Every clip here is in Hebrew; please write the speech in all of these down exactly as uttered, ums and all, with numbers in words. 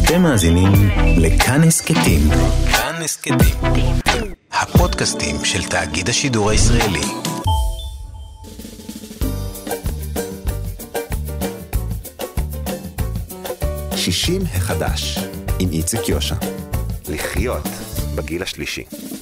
אתם מאזינים לכאן הסכתים. כאן הסכתים. הפודקאסטים של תאגיד השידור הישראלי. שישים החדש עם איציק יושע. לחיות בגיל השלישי.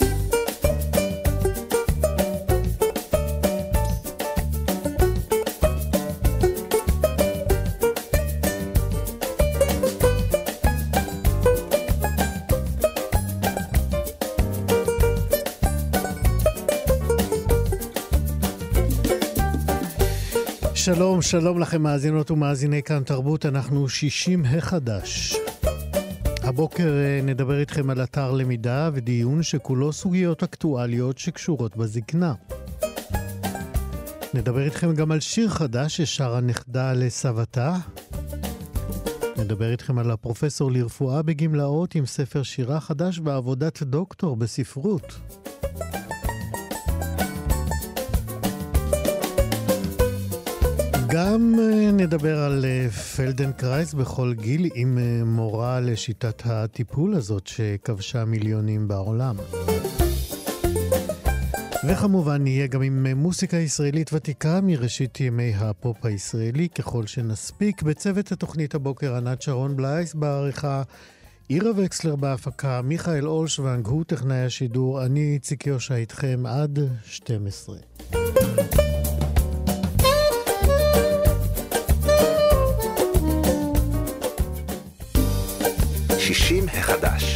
שלום, שלום לכם מאזינות ומאזיני כאן תרבות, אנחנו שישים החדש. הבוקר נדבר איתכם על אתר למידה ודיון שכולו סוגיות אקטואליות שקשורות בזקנה. נדבר איתכם גם על שיר חדש ששרה נכדה לסבתה. נדבר איתכם על הפרופסור לרפואה בגמלאות עם ספר שירה חדש ועבודת דוקטור בספרות. גם נדבר על פלדנקרייס בכל גיל עם מורה לשיטת הטיפול הזאת שכבשה מיליונים בעולם. וכמובן נהיה גם עם מוסיקה ישראלית ותיקה מראשית ימי הפופ הישראלי ככל שנספיק. בצוות התוכנית הבוקר ענת שרון בלייס בעריכה, אירה וקסלר בהפקה, מיכאל אולשוונג הוא טכנאי השידור, אני איציק יושע איתכם עד שתים עשרה. שישים החדש.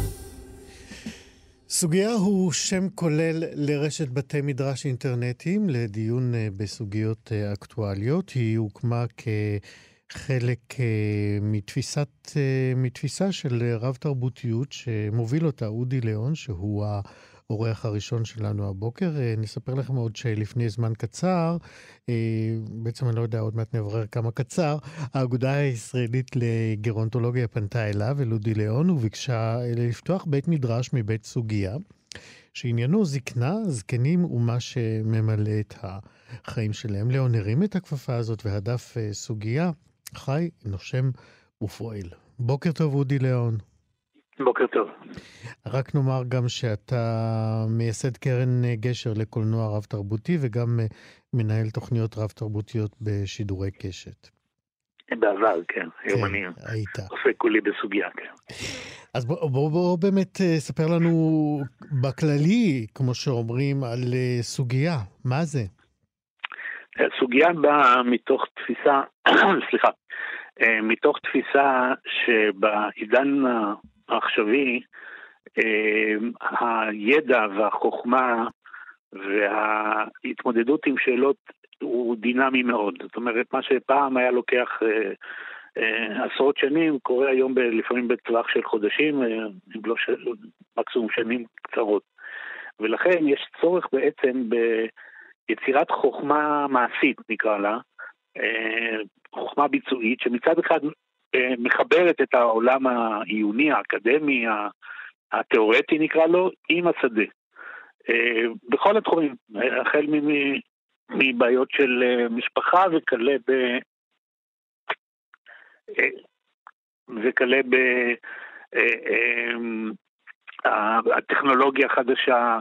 סוגיה הוא שם כולל לרשת בתי מדרש אינטרנטיים לדיון בסוגיות אקטואליות. היא הוקמה כחלק מתפיסת, מתפיסה של רב תרבותיות שמוביל אותה אודי ליאון, שהוא האורח הראשון שלנו הבוקר. נספר לכם עוד שלפני זמן קצר, בעצם אני לא יודע, עוד מעט נברר כמה קצר, האגודה הישראלית לגרונטולוגיה פנתה אליו, אל אודי ליאון, וביקשה לפתוח בית מדרש מבית סוגיה, שעניינו זקנה, זקנים ומה שממלא את החיים שלהם. ליאון הרים את הכפפה הזאת, והדף סוגיה חי, נושם ופועל. בוקר טוב אודי ליאון. בוקר טוב. רק נאמר גם שאתה מייסד קרן גשר לקולנוע רב תרבותי וגם מנהל תוכניות רב תרבותיות בשידורי קשת. בעבר, כן. היום אני עוסק כולי בסוגיה, כן. אז בוא, בוא, בוא באמת ספר לנו בכללי, כמו שאומרים, על סוגיה. מה זה? סוגיה באה מתוך תפיסה, סליחה, מתוך תפיסה שבעידן העכשווי, הידע והחוכמה וההתמודדות עם שאלות הוא דינמי מאוד. זאת אומרת, מה שפעם היה לוקח עשרות שנים, קורה היום לפעמים בטווח של חודשים, אם לא מקסימום שנים קצרות. ולכן יש צורך בעצם ביצירת חוכמה מעשית, נקרא לה, חוכמה ביצועית, שמצד אחד מחברת את העולם העיוני, האקדמי, התיאורטי נקרא לו, עם השדה. בכל התחומים, החל מבעיות של משפחה וכלה ב... וכלה ב... הטכנולוגיה החדשה,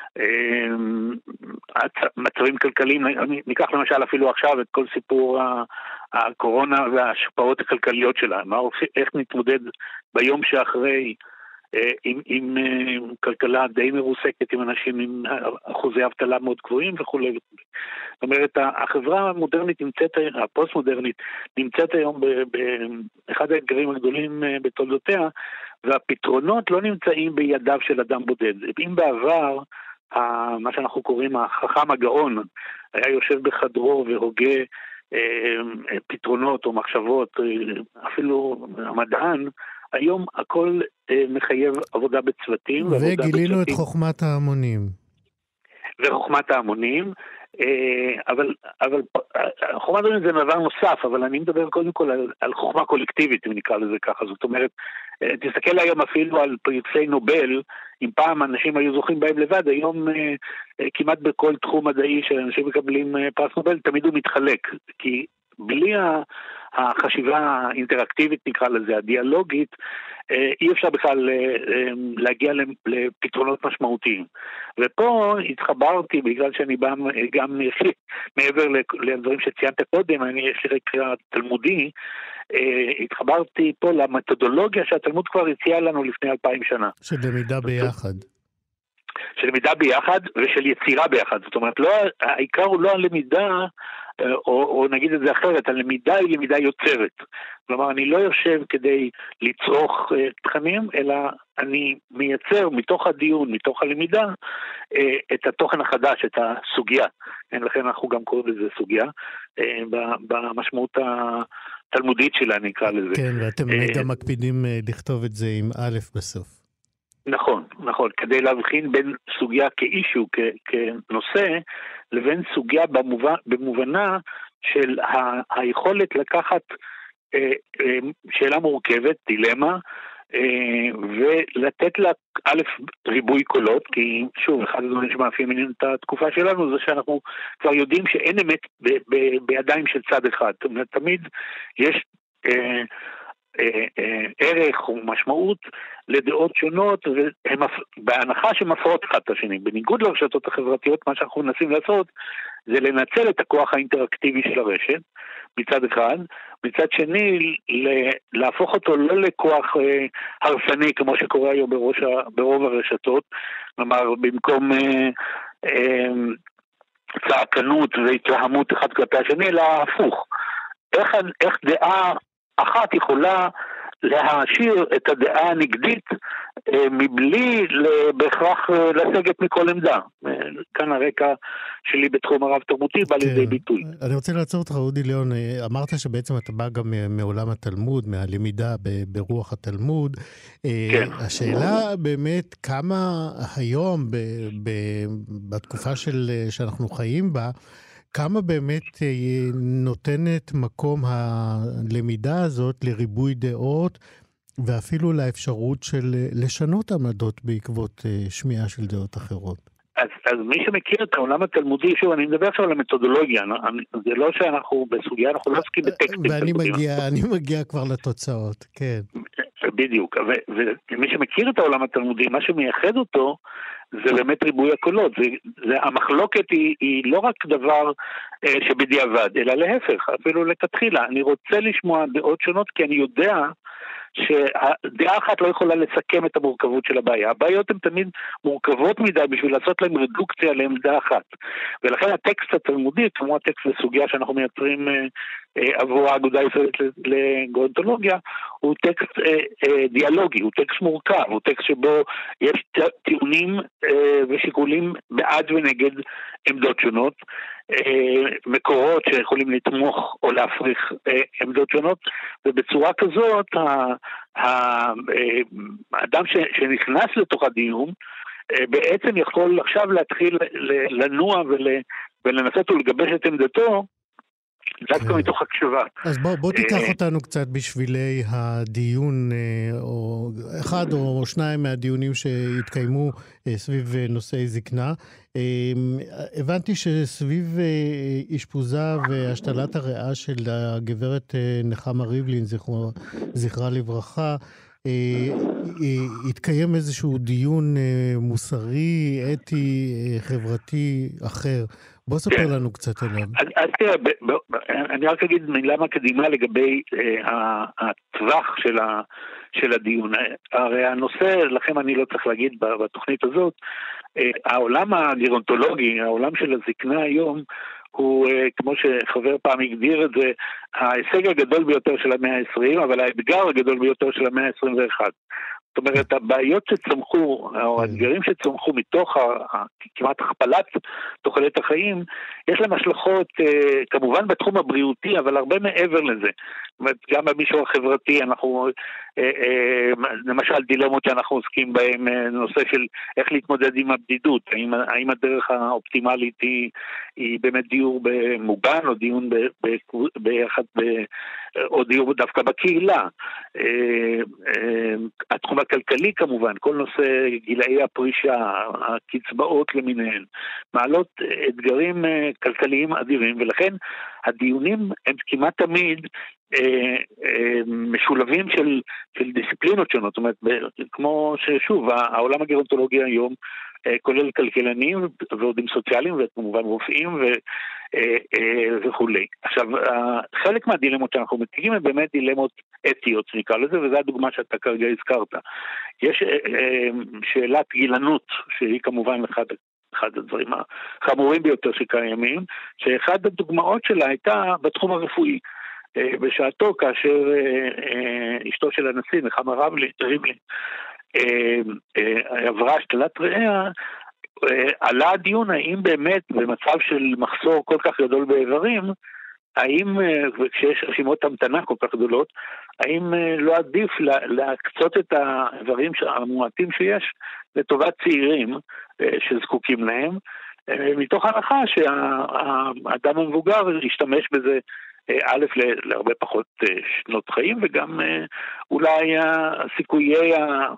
מצבים כלכליים, ניקח למשל אפילו עכשיו את כל סיפור הקורונה וההשפעות הכלכליות שלה, איך נתמודד ביום שאחרי עם, עם כלכלה די מרוסקת, עם אנשים עם אחוזי אבטלה מאוד גבוהים וכו'. זאת אומרת, החברה המודרנית נמצאת, הפוסט מודרנית נמצאת היום באחד האתגרים הגדולים בתולדותיה, והפתרונות לא נמצאים בידיו של אדם בודד. אם בעבר, מה שאנחנו קוראים החכם הגאון, היה יושב בחדרו והוגה פתרונות או מחשבות, אפילו המדען, היום הכל מחייב עבודה בצוותים. וגילינו את חוכמת ההמונים. וחוכמת ההמונים, אבל, אבל חוכמת ההמונים זה דבר נוסף, אבל אני מדבר קודם כל על, על חוכמה קולקטיבית, אם נקרא לזה ככה. זאת אומרת, תסתכל היום אפילו על פרסי נובל, אם פעם אנשים היו זוכים בהם לבד, היום כמעט בכל תחום מדעי שאנשים מקבלים פרס נובל, תמיד הוא מתחלק, כי בלי החשיבה האינטראקטיבית, נקרא לזה, הדיאלוגית, אי אפשר בכלל להגיע לפתרונות משמעותיים. ופה התחברתי, בגלל שאני בא גם מעבר לדברים שציינת קודם, אני יש לי רקע תלמודי, התחברתי פה למתודולוגיה שהתלמוד כבר הציע לנו לפני אלפיים שנה. של למידה ביחד. של למידה ביחד ושל יצירה ביחד. זאת אומרת, לא, העיקר הוא לא הלמידה, או, או נגיד את זה אחרת, הלמידה היא למידה יוצרת. כלומר, אני לא יושב כדי לצרוך תכנים, אלא אני מייצר מתוך הדיון, מתוך הלמידה, את התוכן החדש, את הסוגיה. לכן אנחנו גם קוראים לזה סוגיה, במשמעות התלמודית שלה נקרא לזה. כן, ואתם גם מקפידים לכתוב את זה עם א' בסוף. נכון, נכון, כדי להבחין בין סוגיה כאישו, כ- כנושא, לבין סוגיה במובן, במובנה של ה- היכולת לקחת אה, אה, שאלה מורכבת, דילמה, אה, ולתת לה א' ריבוי קולות, כי שוב, אחד הדברים שמאפיינים את התקופה שלנו, זה שאנחנו כבר יודעים שאין אמת ב- ב- בידיים של צד אחד. זאת אומרת, תמיד יש אה, אה, אה, ערך או משמעות לדעות שונות, בהנחה שמפרות אחד את השני. בניגוד לרשתות החברתיות, מה שאנחנו מנסים לעשות, זה לנצל את הכוח האינטראקטיבי של הרשת, מצד אחד, מצד שני, להפוך אותו לא לכוח אה, הרסני, כמו שקורה היום בראש, ברוב הרשתות, כלומר, במקום אה, אה, צעקנות והתלהמות אחד כלפי השני, אלא הפוך. איך, איך דעה אחת יכולה להעשיר את הדעה הנגדית מבלי בהכרח לסגת מכל עמדה. כאן הרקע שלי בתחום הרב תרבותי בא לידי ביטוי. אני רוצה לעצור אותך, אודי ליאון, אמרת שבעצם אתה בא גם מעולם התלמוד, מהלמידה ברוח התלמוד. כן. השאלה באמת כמה היום בתקופה שאנחנו חיים בה, כמה באמת נותנת מקום הלמידה הזאת לריבוי דעות, ואפילו לאפשרות של לשנות עמדות בעקבות שמיעה של דעות אחרות. אז, אז מי שמכיר את העולם התלמודי, שוב, אני מדבר עכשיו על המתודולוגיה, זה לא שאנחנו בסוגיה, אנחנו לא עוסקים בטקסטים. ואני מגיע, אני מגיע כבר לתוצאות, כן. בדיוק, ו, ומי שמכיר את העולם התלמודי, מה שמייחד אותו, זה באמת ריבוי הקולות. זה, זה, המחלוקת היא, היא לא רק דבר אה, שבדיעבד, אלא להפך, אפילו לכתחילה. אני רוצה לשמוע דעות שונות, כי אני יודע שהדעה אחת לא יכולה לסכם את המורכבות של הבעיה. הבעיות הן תמיד מורכבות מדי בשביל לעשות להם רדוקציה לעמדה אחת. ולכן הטקסט התלמודי, כמו הטקסט לסוגיה שאנחנו מייצרים אה, אה, עבור האגודה הישראלית לגרונטולוגיה, הוא טקסט אה, אה, דיאלוגי, הוא טקסט מורכב, הוא טקסט שבו יש טיעונים אה, ושיקולים בעד ונגד עמדות שונות, אה, מקורות שיכולים לתמוך או להפריך אה, עמדות שונות, ובצורה כזאת האדם שנכנס לתוך הדיון בעצם יכול עכשיו להתחיל לנוע ולנסות ולגבש את עמדתו דווקא מתוך הקשבה. אז בוא, בוא תיקח אותנו קצת בשבילי הדיון, או אחד או שניים מהדיונים שהתקיימו סביב נושאי זקנה. הבנתי שסביב אשפוזה והשתלת הריאה של הגברת נחמה ריבלין, זכרה לברכה, התקיים איזשהו דיון מוסרי, אתי, חברתי אחר. בוא ספר לנו קצת עליו. אז תראה, אני רק אגיד מילה מקדימה לגבי הטווח של הדיון. הרי הנושא, לכם אני לא צריך להגיד בתוכנית הזאת, העולם הגרונטולוגי, העולם של הזקנה היום, הוא, כמו שחבר פעם הגדיר את זה, ההישג הגדול ביותר של המאה ה-עשרים, אבל האתגר הגדול ביותר של המאה ה-עשרים ואחת. זאת אומרת, הבעיות שצמחו, או האתגרים שצמחו מתוך כמעט הכפלת תוחלת החיים, יש להם השלכות, כמובן בתחום הבריאותי, אבל הרבה מעבר לזה. זאת אומרת, גם במישור החברתי, אנחנו, למשל, דילמות שאנחנו עוסקים בהן, נושא של איך להתמודד עם הבדידות, האם, האם הדרך האופטימלית היא, היא באמת דיור מוגן, או דיון ב, ב, ביחד, ב, או דיור דווקא בקהילה. התחום הכלכלי כמובן, כל נושא גילאי הפרישה, הקצבאות למיניהן, מעלות אתגרים כלכליים אדירים, ולכן הדיונים הם כמעט תמיד משולבים של, של דיסציפלינות שונות, זאת אומרת, כמו ששוב, העולם הגרונטולוגי היום כולל כלכלנים ועובדים סוציאליים וכמובן רופאים ו, וכולי. עכשיו, חלק מהדילמות שאנחנו מציגים הם באמת דילמות אתיות, נקרא לזה, וזו הדוגמה שאתה כרגע הזכרת. יש שאלת גילנות, שהיא כמובן אחד, אחד הדברים החמורים ביותר שקיימים, שאחד הדוגמאות שלה הייתה בתחום הרפואי. בשעתו, כאשר אשתו של הנשיא, נחמה ריבלין, עברה השתלת ריאה, עלה הדיון האם באמת במצב של מחסור כל כך גדול באיברים, האם, כשיש רשימות המתנה כל כך גדולות, האם לא עדיף להקצות את האיברים המועטים שיש לטובת צעירים שזקוקים להם, מתוך הנחה שהאדם המבוגר ישתמש בזה א' להרבה פחות שנות חיים, וגם אולי הסיכויי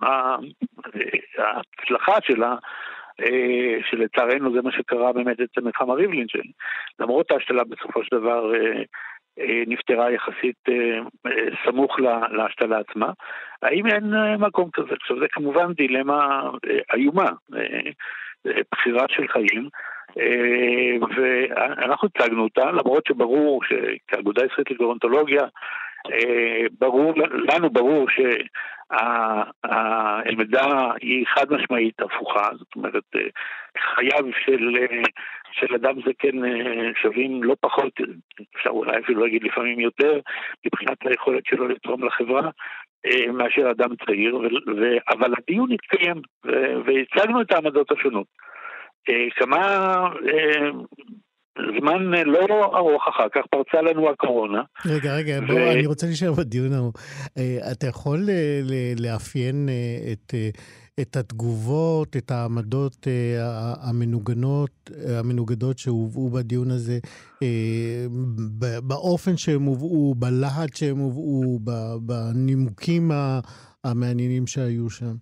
ההצלחה שלה, שלצערנו זה מה שקרה באמת אצל נחמה ריבלין, שלמרות ההשתלה בסופו של דבר נפטרה יחסית סמוך להשתלה עצמה. האם אין מקום כזה? עכשיו זה כמובן דילמה איומה, בחירה של חיים, ואנחנו הצגנו אותה, למרות שברור שכאגודה הישראלית לגרונטולוגיה, ברור, לנו ברור שהעמדה היא חד משמעית הפוכה, זאת אומרת, חייו של, של אדם זה כן שווים לא פחות, אפשר אולי אפילו להגיד לפעמים יותר, מבחינת היכולת שלו לתרום לחברה, מאשר אדם צעיר, ו, אבל הדיון התקיים, והצגנו את העמדות השונות. כמה זמן לא ארוך אחר כך פרצה לנו הקורונה. רגע, רגע, בוא, אני רוצה להישאר בדיון ההוא. אתה יכול לאפיין את, את התגובות, את העמדות המנוגנות, המנוגדות שהובאו בדיון הזה, באופן שהם הובאו, בלהט שהם הובאו, בנימוקים המעניינים שהיו שם?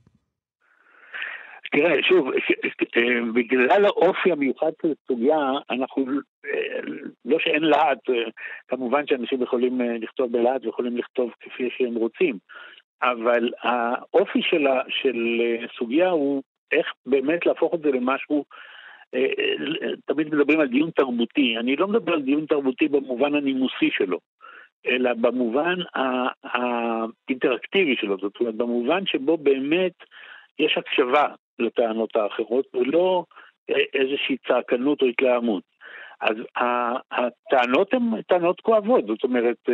תראה, שוב, בגלל האופי המיוחד של הסוגיה, אנחנו, לא שאין להט, כמובן שאנשים יכולים לכתוב בלהט ויכולים לכתוב כפי שהם רוצים, אבל האופי של, של סוגיה הוא איך באמת להפוך את זה למשהו, תמיד מדברים על דיון תרבותי, אני לא מדבר על דיון תרבותי במובן הנימוסי שלו, אלא במובן האינטראקטיבי שלו, זאת אומרת, במובן שבו באמת יש הקשבה לטענות האחרות, ולא איזושהי צעקנות או התלהמות. אז הטענות הן טענות כואבות, זאת אומרת,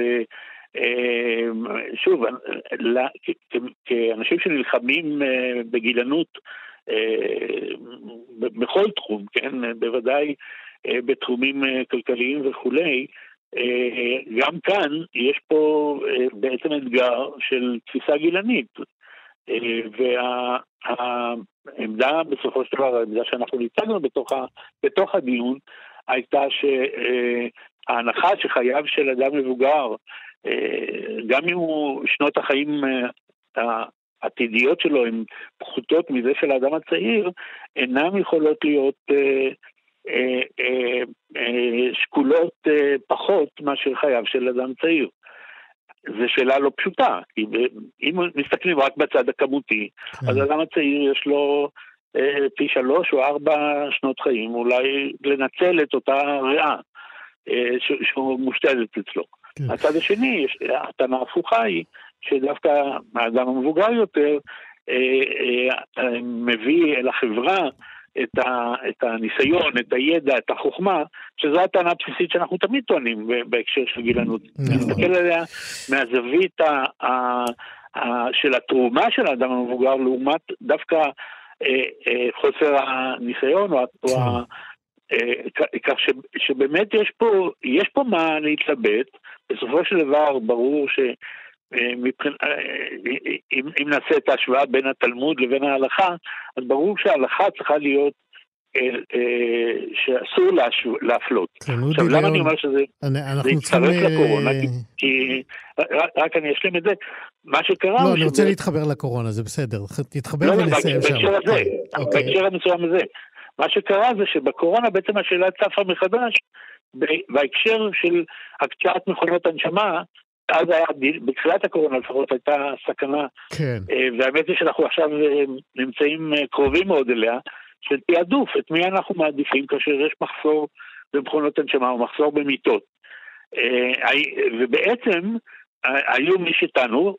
שוב, כאנשים שנלחמים בגילנות בכל תחום, כן, בוודאי בתחומים כלכליים וכולי, גם כאן יש פה בעצם אתגר של תפיסה גילנית, והעמדה בסופו של דבר, העמדה שאנחנו ניצגנו בתוך, בתוך הדיון, הייתה שההנחה שחייו של אדם מבוגר, גם אם הוא שנות החיים העתידיות שלו הן פחותות מזה של האדם הצעיר, אינם יכולות להיות שקולות פחות מאשר חייו של אדם צעיר. זו שאלה לא פשוטה, כי אם מסתכלים רק בצד הכמותי, אז האדם הצעיר יש לו פי שלוש או ארבע שנות חיים, אולי לנצל את אותה ריאה שהוא מושתלת אצלו. הצד השני, הטענה ההפוכה היא, שדווקא האדם המבוגר יותר מביא אל החברה את, ה, את הניסיון, את הידע, את החוכמה, שזו הטענה הבסיסית שאנחנו תמיד טוענים בהקשר של גילנות. נסתכל עליה מהזווית ה, ה, ה, של התרומה של האדם המבוגר, לעומת דווקא אה, אה, חוסר הניסיון, או, או ה, אה, כך ש, שבאמת יש פה, יש פה מה להתלבט. בסופו של דבר ברור ש... מבחינ... אם, אם נעשה את ההשוואה בין התלמוד לבין ההלכה, אז ברור שההלכה צריכה להיות שאסור להפלות. עכשיו, למה אני אומר שזה יצטרף לקורונה? כי רק אני אשלים את זה. מה שקרה... לא, אני רוצה להתחבר לקורונה, זה בסדר. תתחבר ונסיים שם. בהקשר המסוים הזה. מה שקרה זה שבקורונה בעצם השאלה צפה מחדש, בהקשר של הקצאת מכונות הנשמה, אז היה, בתחילת הקורונה לפחות הייתה סכנה, כן. והאמת היא שאנחנו עכשיו נמצאים קרובים מאוד אליה, של תיעדוף, את מי אנחנו מעדיפים כאשר יש מחסור במכונות הנשמה או מחסור במיטות. ובעצם היו מי שטענו,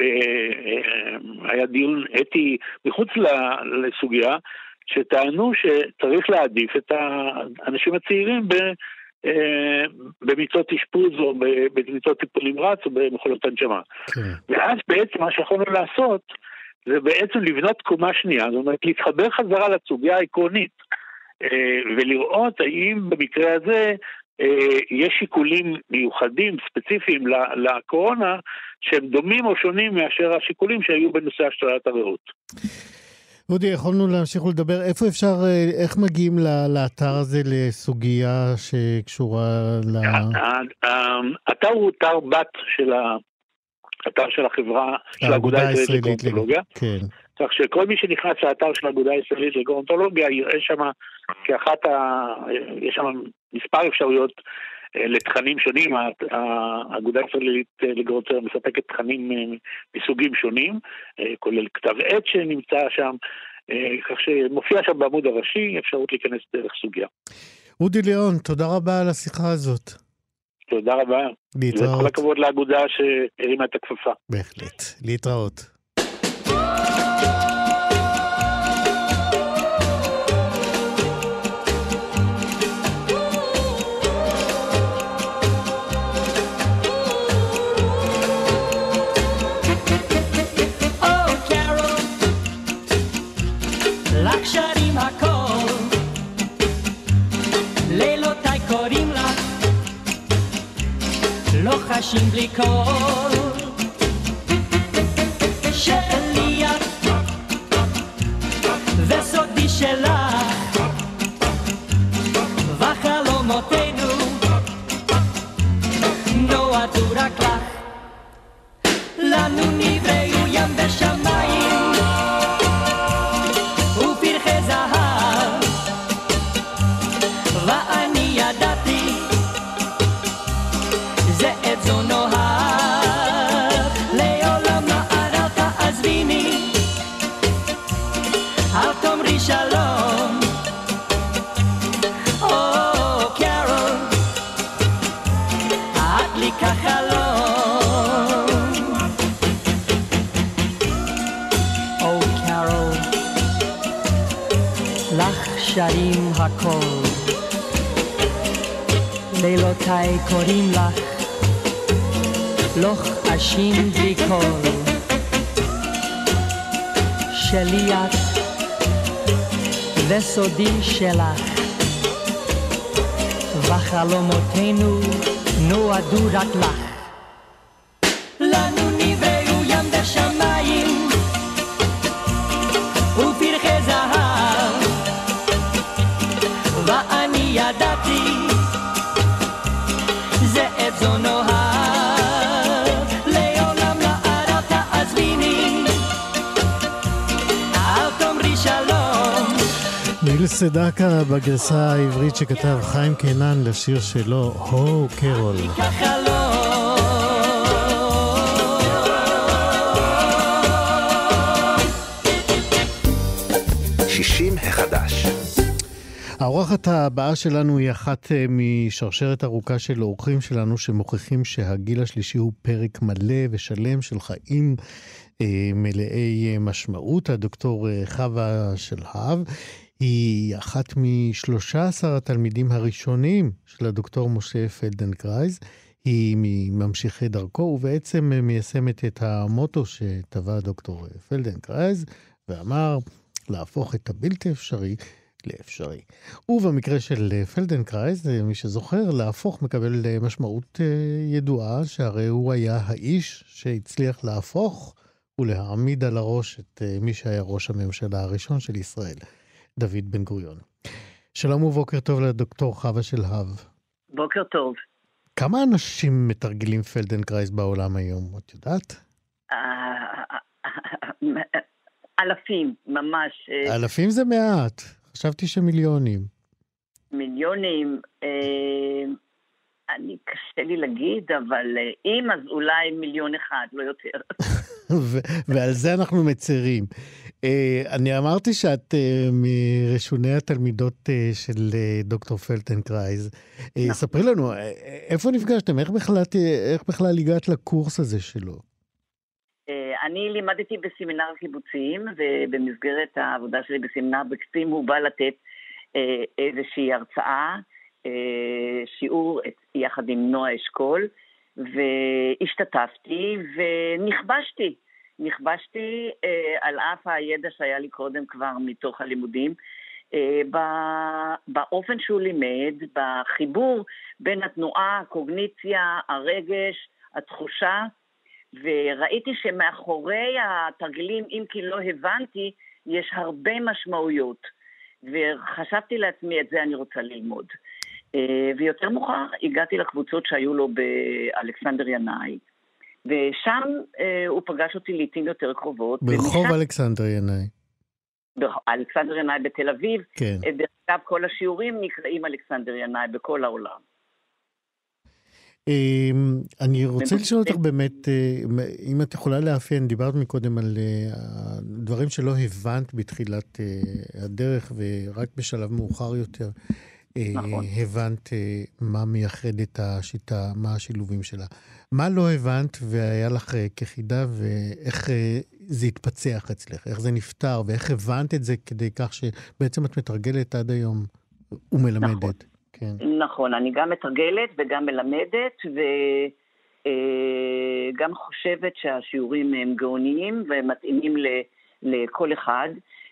היה דיון אתי מחוץ לסוגיה, שטענו שצריך להעדיף את האנשים הצעירים במיטות אשפוז או במיטות טיפול נמרץ או במכונות הנשמה. ואז בעצם מה שיכולנו לעשות זה בעצם לבנות קומה שנייה, זאת אומרת להתחבר חזרה לסוגיה העקרונית ולראות האם במקרה הזה יש שיקולים מיוחדים, ספציפיים לקורונה, שהם דומים או שונים מאשר השיקולים שהיו בנושא השתלת הריאות. אודי, יכולנו להמשיך לדבר, איפה אפשר, איך מגיעים לאתר הזה לסוגיה שקשורה ל... האתר הוא אתר בת של האתר של החברה, של האגודה הישראלית לגרונטולוגיה. כן. כך שכל מי שנכנס לאתר של האגודה הישראלית לגרונטולוגיה יראה שם כאחת ה... יש שם מספר אפשרויות לתכנים שונים. האגודה הישראלית לגרונטולוגיה מספקת תכנים מסוגים שונים, כולל כתב עת שנמצא שם, כך שמופיע שם בעמוד הראשי אפשרות להיכנס דרך סוגיה. אודי ליאון, תודה רבה על השיחה הזאת. תודה רבה. להתראות. וכל הכבוד לאגודה שהרימה את הכפפה. בהחלט. להתראות. שרים הכל לילותיי קוראים לך לא חשים בלי קול שלי את וסודי שלך וחלומותינו נועדו רק לך לנו נבראו ים ושמיים שלום או קרול את לי כחלום או קרול לך שרים הכל לילותיי קוראים לך לא חשים בלי קול שלי את וסודי שלך וחלומותינו נועדו רק לך לנו נבראו ים ושמיים ופרחי זהב ואני ידעתי זה את זו נוהב לעולם לארץ תעזביני אל תאמרי שלום. ניל סדקה בגרסה העברית שכתב חיים קינן לשיר שלו, הו קרול. שישים החדש. האורחת הבאה שלנו היא אחת משרשרת ארוכה של אורחים שלנו שמוכיחים שהגיל השלישי הוא פרק מלא ושלם של חיים מלאי משמעות. הדוקטור חווה שלהב היא אחת משלושה עשר התלמידים הראשונים של הדוקטור משה פלדנקרייז. היא מממשיכי דרכו ובעצם מיישמת את המוטו שטבע דוקטור פלדנקרייז ואמר להפוך את הבלתי אפשרי לאפשרי. ובמקרה של פלדנקרייז, מי שזוכר, להפוך מקבל משמעות ידועה, שהרי הוא היה האיש שהצליח להפוך ולהעמיד על הראש את מי שהיה ראש הממשלה הראשון של ישראל, דוד בן גוריון. שלום ובוקר טוב לדוקטור חווה שלהב. בוקר טוב. כמה אנשים מתרגלים פלדנקרייז בעולם היום, את יודעת? אלפים, ממש. אלפים זה מעט, חשבתי שמיליונים. מיליונים, אני קשה לי להגיד, אבל אם אז אולי מיליון אחד, לא יותר. ועל זה אנחנו מצרים. אני אמרתי שאת מראשוני התלמידות של דוקטור פלדנקרייז. ספרי לנו, איפה נפגשתם? איך בכלל הגעת לקורס הזה שלו? אני לימדתי בסמינר קיבוצים, ובמסגרת העבודה שלי בסמינר בקצים הוא בא לתת איזושהי הרצאה, שיעור יחד עם נועה אשכול, והשתתפתי ונכבשתי. נכבשתי על אף הידע שהיה לי קודם כבר מתוך הלימודים, באופן שהוא לימד, בחיבור בין התנועה, הקוגניציה, הרגש, התחושה, וראיתי שמאחורי התרגילים, אם כי לא הבנתי, יש הרבה משמעויות. וחשבתי לעצמי, את זה אני רוצה ללמוד. ויותר מאוחר הגעתי לקבוצות שהיו לו באלכסנדר ינאי, ושם הוא פגש אותי לעתים יותר קרובות. ברחוב אלכסנדר ינאי. אלכסנדר ינאי בתל אביב. כן. דרך כל השיעורים נקראים אלכסנדר ינאי בכל העולם. אני רוצה לשאול אותך באמת, אם את יכולה לאפיין, דיברת מקודם על דברים שלא הבנת בתחילת הדרך, ורק בשלב מאוחר יותר הבנת מה מייחד את השיטה, מה השילובים שלה. מה לא הבנת והיה לך כחידה, ואיך זה התפצח אצלך, איך זה נפטר, ואיך הבנת את זה כדי כך שבעצם את מתרגלת עד היום ומלמדת. כן. נכון, אני גם מתרגלת וגם מלמדת, וגם חושבת שהשיעורים הם גאוניים ומתאימים לכל אחד.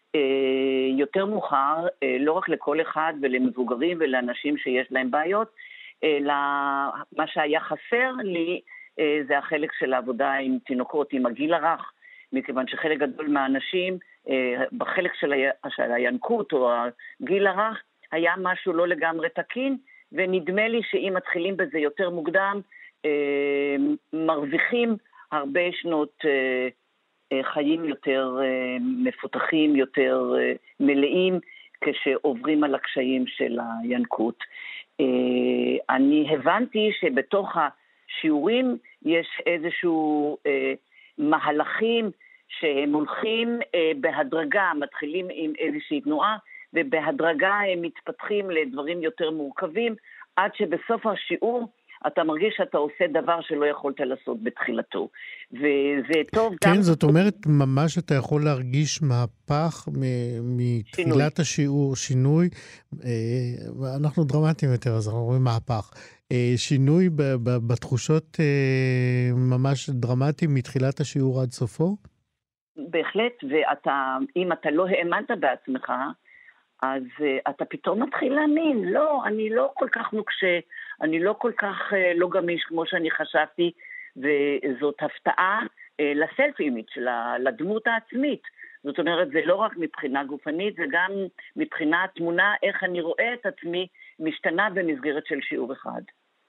יותר מאוחר, לא רק לכל אחד ולמבוגרים ולאנשים שיש להם בעיות, אלא מה שהיה חסר לי זה החלק של העבודה עם תינוקות, עם הגיל הרך, מכיוון שחלק גדול מהאנשים, בחלק של הינקות או הגיל הרך, היה משהו לא לגמרי תקין, ונדמה לי שאם מתחילים בזה יותר מוקדם, אה, מרוויחים הרבה שנות אה, אה, חיים יותר אה, מפותחים, יותר אה, מלאים, כשעוברים על הקשיים של הינקות. אה, אני הבנתי שבתוך השיעורים יש איזשהו אה, מהלכים שהם הולכים אה, בהדרגה, מתחילים עם איזושהי תנועה, ובהדרגה הם מתפתחים לדברים יותר מורכבים, עד שבסוף השיעור אתה מרגיש שאתה עושה דבר שלא יכולת לעשות בתחילתו. וזה טוב כן, גם... כן, זאת אומרת, ממש אתה יכול להרגיש מהפך מתחילת שינוי. השיעור, שינוי, אנחנו דרמטיים יותר, אז אנחנו רואים מהפך. שינוי בתחושות ממש דרמטיים מתחילת השיעור עד סופו? בהחלט, ואתה, אם אתה לא האמנת בעצמך, אז uh, אתה פתאום מתחיל להאמין, לא, אני לא כל כך נוקשה, אני לא כל כך uh, לא גמיש כמו שאני חשבתי, וזאת הפתעה uh, לסלף אימיג', לדמות העצמית. זאת אומרת, זה לא רק מבחינה גופנית, זה גם מבחינה תמונה, איך אני רואה את עצמי משתנה במסגרת של שיעור אחד.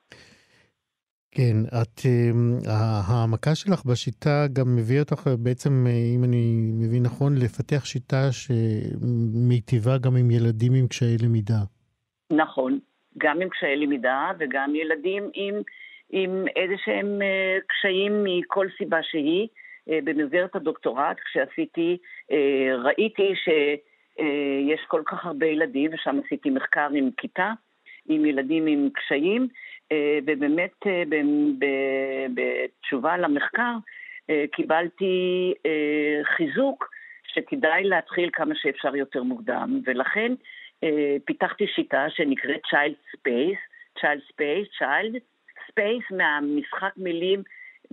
כן, את, העמקה שלך בשיטה גם מביא אותך בעצם, אם אני מבין נכון, לפתח שיטה שמיטיבה גם עם ילדים עם קשיי למידה. נכון, גם עם קשיי למידה וגם ילדים עם, עם איזה שהם קשיים מכל סיבה שהיא. במסגרת הדוקטורט, כשעשיתי, ראיתי שיש כל כך הרבה ילדים, ושם עשיתי מחקר עם כיתה, עם ילדים עם קשיים, ובאמת בתשובה למחקר קיבלתי חיזוק שכדאי להתחיל כמה שאפשר יותר מוקדם, ולכן פיתחתי שיטה שנקראת Child Space, Child Space, Child Space מהמשחק מילים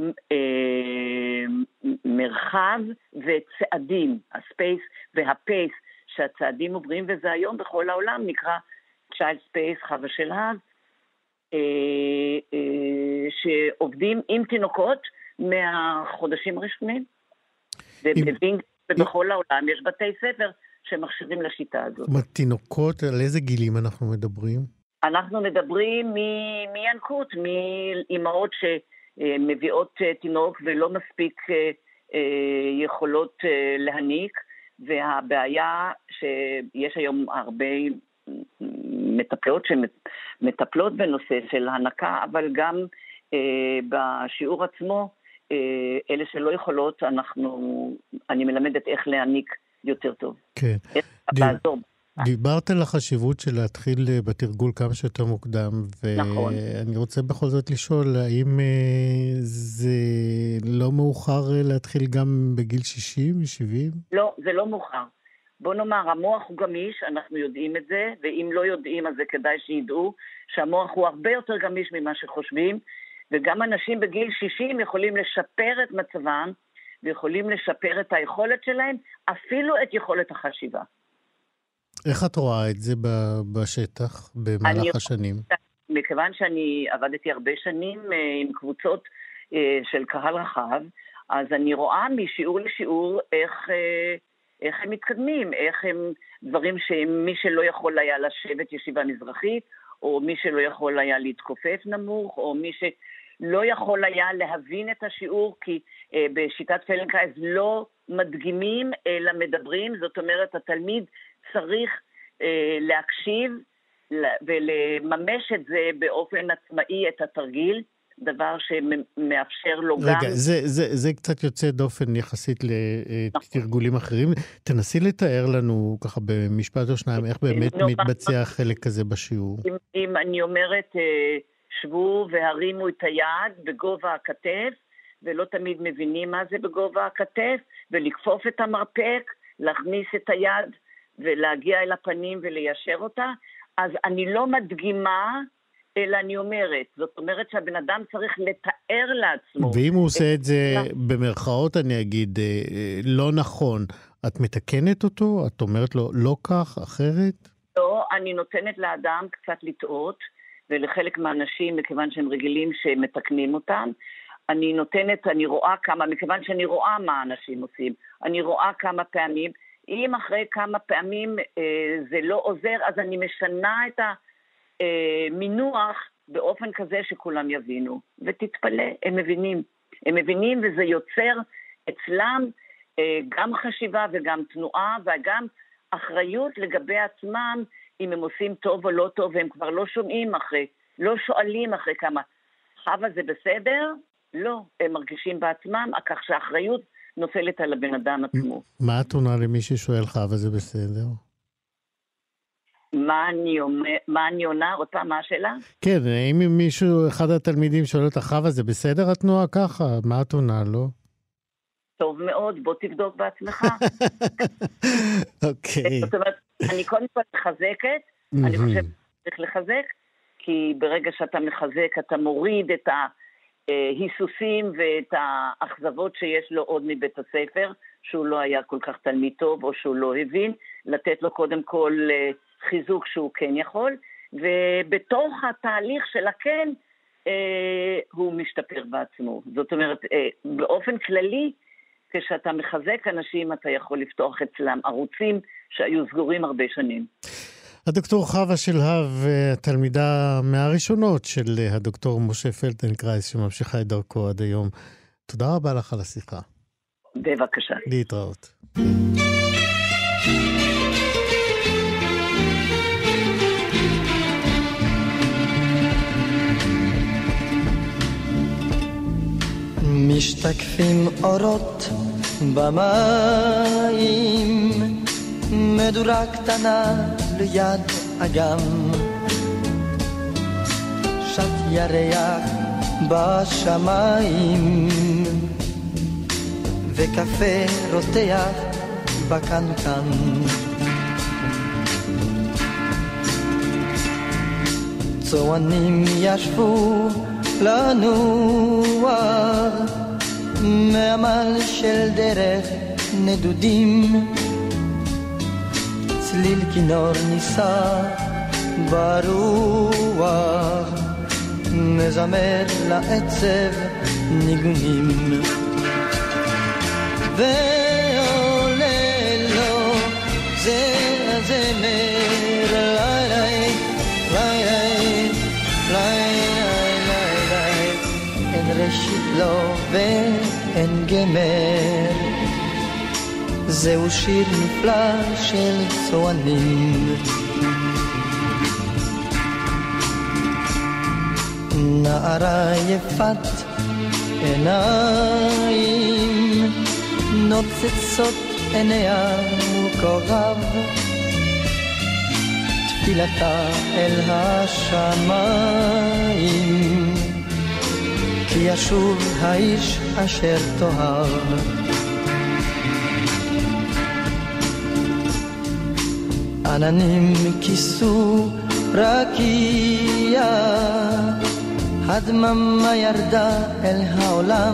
מרחב וצעדים, הספייס והפייס שהצעדים עוברים, וזה היום בכל העולם נקרא Child Space, חווה שלהב, שעובדים עם תינוקות מהחודשים הראשונים. ובכל העולם יש בתי ספר שמכשירים לשיטה הזאת. זאת אומרת, תינוקות, על איזה גילים אנחנו מדברים? אנחנו מדברים מינקות, מאימהות שמביאות תינוק ולא מספיק יכולות להניק, והבעיה שיש היום הרבה מטפלות שמטפלות בנושא של הנקה, אבל גם בשיעור עצמו, אלה שלא יכולות, אנחנו, אני מלמדת איך להניק יותר טוב. כן. לעזור. דיברת על החשיבות של להתחיל בתרגול כמה שיותר מוקדם, נכון. ואני רוצה בכל זאת לשאול, האם זה לא מאוחר להתחיל גם בגיל שישים, שבעים? לא, זה לא מאוחר. בוא נאמר, המוח הוא גמיש, אנחנו יודעים את זה, ואם לא יודעים, אז זה כדאי שידעו שהמוח הוא הרבה יותר גמיש ממה שחושבים, וגם אנשים בגיל שישים יכולים לשפר את מצבם, ויכולים לשפר את היכולת שלהם, אפילו את יכולת החשיבה. איך את רואה את זה בשטח, במהלך השנים? מכיוון שאני עבדתי הרבה שנים עם קבוצות של קהל רחב, אז אני רואה משיעור לשיעור איך, איך הם מתקדמים, איך הם דברים שמי שלא יכול היה לשבת ישיבה מזרחית, או מי שלא יכול היה להתכופף נמוך, או מי שלא יכול היה להבין את השיעור, כי בשיטת פלנקייז לא מדגימים אלא מדברים, זאת אומרת התלמיד צריך אה, להקשיב ולממש את זה באופן עצמאי את התרגיל, דבר שמאפשר לו רגע, גם... רגע, זה, זה, זה קצת יוצא דופן יחסית לתרגולים אחרים. תנסי לתאר לנו ככה במשפט או שניים, איך באמת מתבצע חלק כזה בשיעור. אם, אם אני אומרת, שבו והרימו את היד בגובה הכתף, ולא תמיד מבינים מה זה בגובה הכתף, ולכפוף את המרפק, להכניס את היד ולהגיע אל הפנים וליישר אותה, אז אני לא מדגימה, אלא אני אומרת, זאת אומרת שהבן אדם צריך לתאר לעצמו. ואם הוא עושה את זה במרכאות, אני אגיד, לא נכון, את מתקנת אותו? את אומרת לו, לא כך, אחרת? לא, אני נותנת לאדם קצת לטעות, ולחלק מהאנשים, מכיוון שהם רגילים שמתקנים אותם, אני נותנת, אני רואה כמה, מכיוון שאני רואה מה האנשים עושים, אני רואה כמה פעמים, אם אחרי כמה פעמים אה, זה לא עוזר, אז אני משנה את המינוח באופן כזה שכולם יבינו. ותתפלא, הם מבינים. הם מבינים וזה יוצר אצלם אה, גם חשיבה וגם תנועה, וגם אחריות לגבי עצמם, אם הם עושים טוב או לא טוב, והם כבר לא שומעים אחרי, לא שואלים אחרי כמה. חווה זה בסדר? לא. הם מרגישים בעצמם, כך שהאחריות נופלת על הבן אדם עצמו. מה את עונה למי ששואל חווה זה בסדר? מה אני, אומר, מה אני עונה? עוד פעם, מה השאלה? כן, אם מישהו, אחד התלמידים שואל אותך, חווה זה בסדר את נועה ככה? מה את עונה לו? טוב מאוד, בוא תבדוק בעצמך. אוקיי. זאת אומרת, אני קודם כל מחזקת, אני חושבת שצריך לחזק, כי ברגע שאתה מחזק, אתה מוריד את ההיסוסים ואת האכזבות שיש לו עוד מבית הספר, שהוא לא היה כל כך תלמיד טוב, או שהוא לא הבין, לתת לו קודם כל חיזוק שהוא כן יכול, ובתוך התהליך של הכן, אה, הוא משתפר בעצמו. זאת אומרת, אה, באופן כללי, כשאתה מחזק אנשים, אתה יכול לפתוח אצלם ערוצים שהיו סגורים הרבה שנים. הדוקטור חווה שלהב, התלמידה מהראשונות של הדוקטור משה פלדנקרייס, שממשיכה את דרכו עד היום. תודה רבה לך על השיחה. בבקשה. להתראות. משתקפים אורות במים, מדורה קטנה ליד אגם, שט ירח בשמיים, וקפה רותח בקנקן. צוענים ישבו לנוע מעמל של דרך נדודים, צליל כינור ניסה ברוח, מזמר לעצב ניגונים, ועולה לו זה לו ואין גמר. זהו שיר נפלא של צוענים. נערה יפת עיניים, נוצצות עיניה וכוכב, תפילתה אל השמיים, כי ישוב האיש אשר תאהב. עננים כיסו רקיע, הדממה ירדה אל העולם,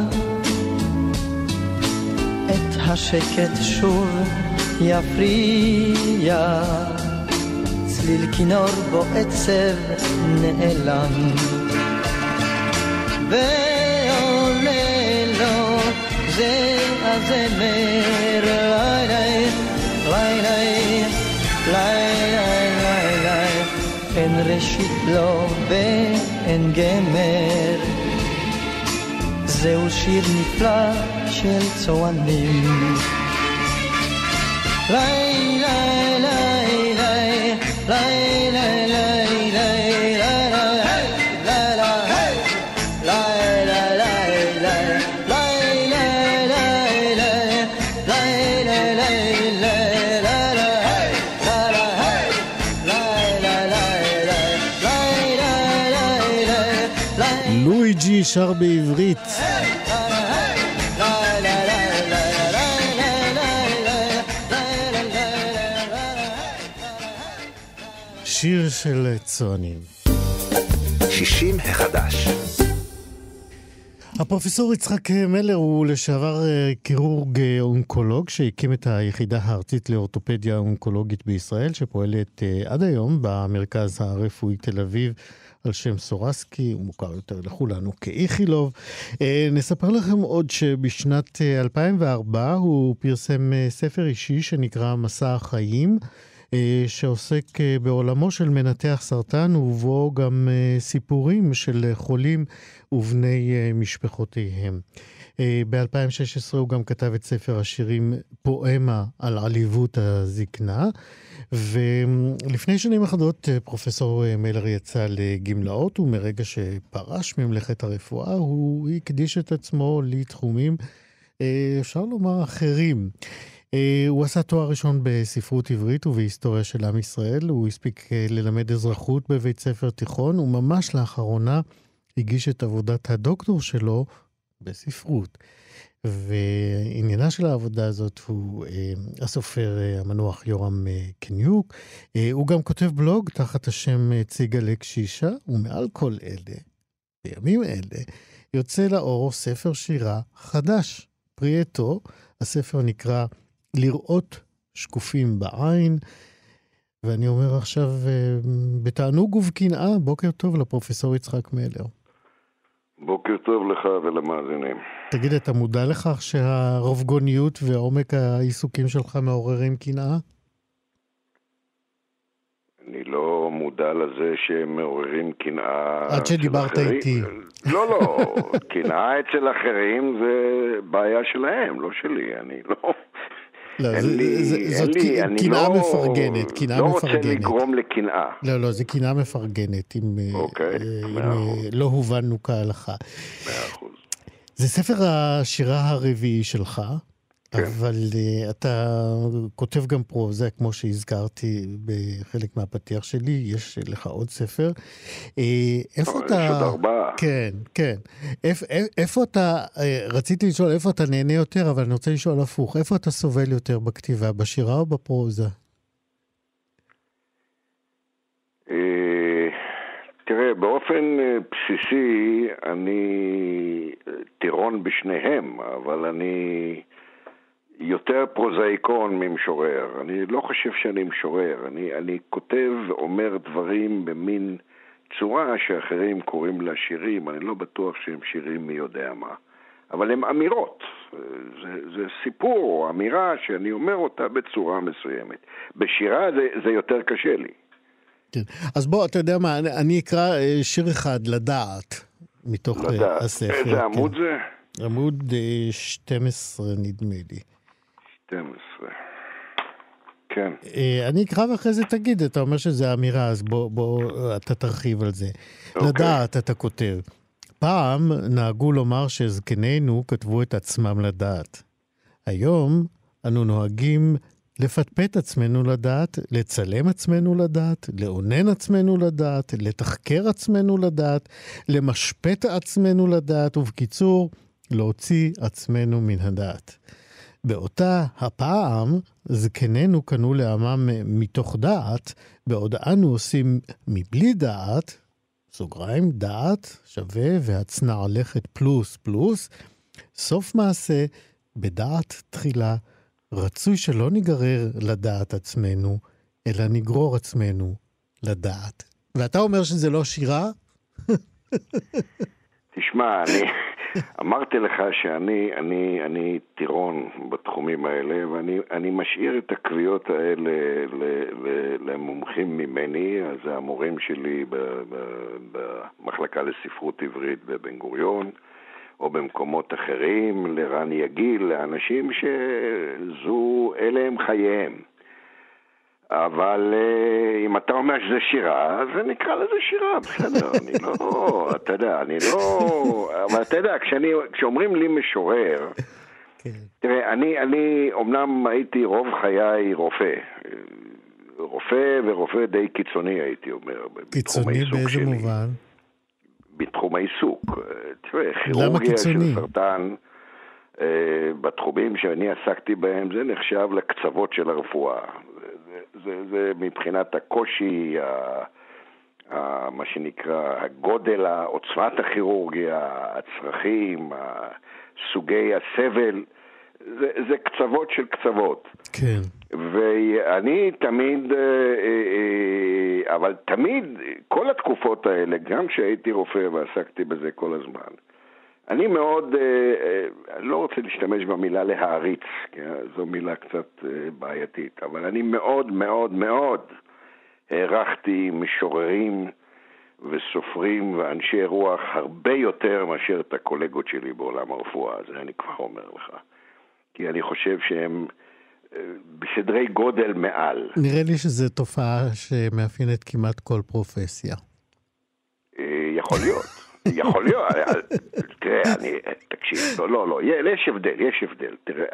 את השקט שוב יפריע, צליל כינור בו עצב נעלם, ועולה לו זה הזמר, לילי לילי לילי לילי, אין ראשית לו ואין גמר. זהו שיר נפלא של צוענים. לילי לילי לילי לילי לואיג'י שר בעברית. שיר של צוענים. שישים החדש. הפרופסור יצחק מלר הוא לשעבר קירורג אונקולוג שהקים את היחידה הארצית לאורתופדיה אונקולוגית בישראל, שפועלת עד היום במרכז הרפואי תל אביב על שם סורסקי, הוא מוכר יותר לכולנו כאיכילוב. נספר לכם עוד שבשנת אלפיים וארבע הוא פרסם ספר אישי שנקרא מסע החיים, שעוסק בעולמו של מנתח סרטן, ובו גם סיפורים של חולים ובני משפחותיהם. ב-אלפיים ושש עשרה הוא גם כתב את ספר השירים פואמה על עליבות הזקנה, ולפני שנים אחדות פרופסור מלר יצא לגמלאות, ומרגע שפרש ממלאכת הרפואה הוא הקדיש את עצמו לתחומים, אפשר לומר, אחרים. הוא עשה תואר ראשון בספרות עברית ובהיסטוריה של עם ישראל, הוא הספיק ללמד אזרחות בבית ספר תיכון, וממש לאחרונה הגיש את עבודת הדוקטור שלו בספרות. ועניינה של העבודה הזאת הוא הסופר המנוח יורם קניוק. הוא גם כותב בלוג תחת השם ציגה לקשישה, ומעל כל אלה, בימים אלה, יוצא לאור ספר שירה חדש, פרי עטו. הספר נקרא לראות שקופים בעין, ואני אומר עכשיו בתענוג ובקנאה, בוקר טוב לפרופסור יצחק מלר. בוקר טוב לך ולמאזינים. תגיד, אתה מודע לכך שהרובגוניות ועומק העיסוקים שלך מעוררים קנאה? אני לא מודע לזה שהם מעוררים קנאה. עד שדיברת איתי. לא, לא. קנאה אצל אחרים זה בעיה שלהם, לא שלי. אני לא... לא, זאת קנאה מפרגנת, קנאה לא מפרגנת. רוצה לגרום לקנאה. לא, לא, זה קנאה מפרגנת, אם לא הובנו כהלכה. מאה אחוז. זה ספר השירה הרביעי שלך, אבל אתה כותב גם פרוזה, כמו שהזכרתי בחלק מהפתיח שלי, יש לך עוד ספר. איפה אתה... יש עוד ארבעה. כן, כן. איפה אתה, רציתי לשאול איפה אתה נהנה יותר, אבל אני רוצה לשאול הפוך, איפה אתה סובל יותר בכתיבה, בשירה או בפרוזה? תראה, באופן בסיסי אני טירון בשניהם, אבל אני יותר פרוזאיקון ממשורר. אני לא חושב שאני משורר. אני, אני כותב ואומר דברים במין צורה שאחרים קוראים לה שירים. אני לא בטוח שהם שירים מי יודע מה. אבל הם אמירות. זה, זה סיפור או אמירה שאני אומר אותה בצורה מסוימת. בשירה זה, זה יותר קשה לי. כן. אז בוא, אתה יודע מה, אני, אני אקרא שיר אחד לדעת. מתוך לדעת. הספר. איזה עמוד כן. זה? עמוד שתים עשרה נדמה לי. שתים עשרה. כן. אני אקרא ואחרי זה תגיד, אתה אומר שזה אמירה, אז בוא, בוא אתה תרחיב על זה. אוקיי. לדעת, אתה כותב. פעם נהגו לומר שזקנינו כתבו את עצמם לדעת. היום אנו נוהגים לפטפט עצמנו לדעת, לצלם עצמנו לדעת, לעונן עצמנו לדעת, לתחקר עצמנו לדעת, למשפט עצמנו לדעת, ובקיצור, להוציא עצמנו מן הדעת. באותה הפעם, זקנינו קנו לעמם מתוך דעת, בעוד אנו עושים מבלי דעת, סוגריים, דעת שווה והצנע לכת פלוס פלוס, סוף מעשה, בדעת תחילה, רצוי שלא ניגרר לדעת עצמנו, אלא נגרור עצמנו לדעת. ואתה אומר שזה לא שירה? תשמע, אני אמרתי לך שאני אני, אני טירון בתחומים האלה, ואני אני משאיר את הקביעות האלה ל, ל, למומחים ממני. אז זה המורים שלי ב, ב, במחלקה לספרות עברית בבן גוריון, או במקומות אחרים, לרן יגיל, לאנשים שזו, אלה הם חייהם. אבל אם אתה אומר שזה שירה, אז נקרא לזה שירה, בסדר, אני לא, אתה יודע, אני לא, אבל אתה יודע, כשאני, כשאומרים לי משורר, תראה, אני, אני, אומנם הייתי רוב חיי רופא, רופא ורופא די קיצוני הייתי אומר. קיצוני באיזה מובן? בתחום העיסוק. תראה, כירורגיה של סרטן, בתחומים שאני עסקתי בהם, זה נחשב לקצוות של הרפואה. זה, זה מבחינת הקושי, ה, ה, מה שנקרא, הגודל, עוצמת הכירורגיה, הצרכים, סוגי הסבל, זה, זה קצוות של קצוות. כן. ואני תמיד, אבל תמיד, כל התקופות האלה, גם כשהייתי רופא ועסקתי בזה כל הזמן, אני מאוד, לא רוצה להשתמש במילה להעריץ, כי זו מילה קצת בעייתית, אבל אני מאוד מאוד מאוד הערכתי משוררים וסופרים ואנשי רוח הרבה יותר מאשר את הקולגות שלי בעולם הרפואה, זה אני כבר אומר לך. כי אני חושב שהם בסדרי גודל מעל. נראה לי שזו תופעה שמאפיינת כמעט כל פרופסיה. יכול להיות. יכול להיות, תראה, אני, תקשיב, לא, לא, לא, יש הבדל, יש הבדל, תראה,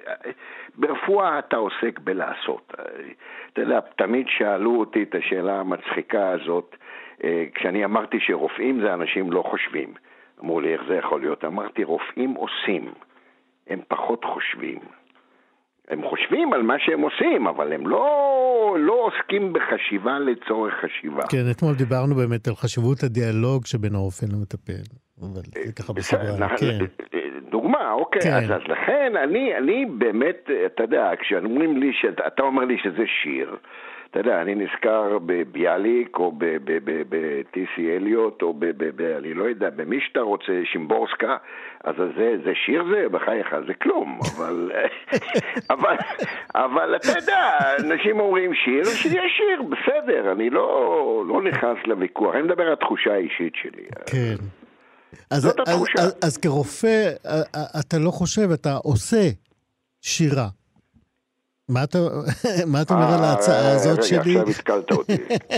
ברפואה אתה עוסק בלעשות, אתה יודע, תמיד שאלו אותי את השאלה המצחיקה הזאת, כשאני אמרתי שרופאים זה אנשים לא חושבים, אמרו לי איך זה יכול להיות, אמרתי רופאים עושים, הם פחות חושבים, הם חושבים על מה שהם עושים, אבל הם לא, לא עוסקים בחשיבה לצורך חשיבה. כן, אתמול דיברנו באמת על חשיבות הדיאלוג שבין הרופא למטפל. אבל זה ככה בסדר. כן. דוגמה, אוקיי. כן. אז, אז לכן אני, אני באמת, אתה יודע, כשאומרים לי, אתה אומר לי שזה שיר, אתה יודע, אני נזכר בביאליק, או ב-טי סי אליוט, או ב... אני לא יודע, במי שאתה רוצה, שימבורסקה, אז זה, זה שיר זה, בחייך, זה כלום, אבל, אבל, אבל אתה יודע, אנשים אומרים שיר, שזה שיר, בסדר, אני לא, לא נכנס לוויכוח, אני מדבר על התחושה האישית שלי. כן. זאת אז, התחושה. אז, אז כרופא, אתה לא חושב, אתה עושה שירה. מה אתה, מה אתה אומר על ההצעה הזאת שלי? רגע, עכשיו התקלת אותי.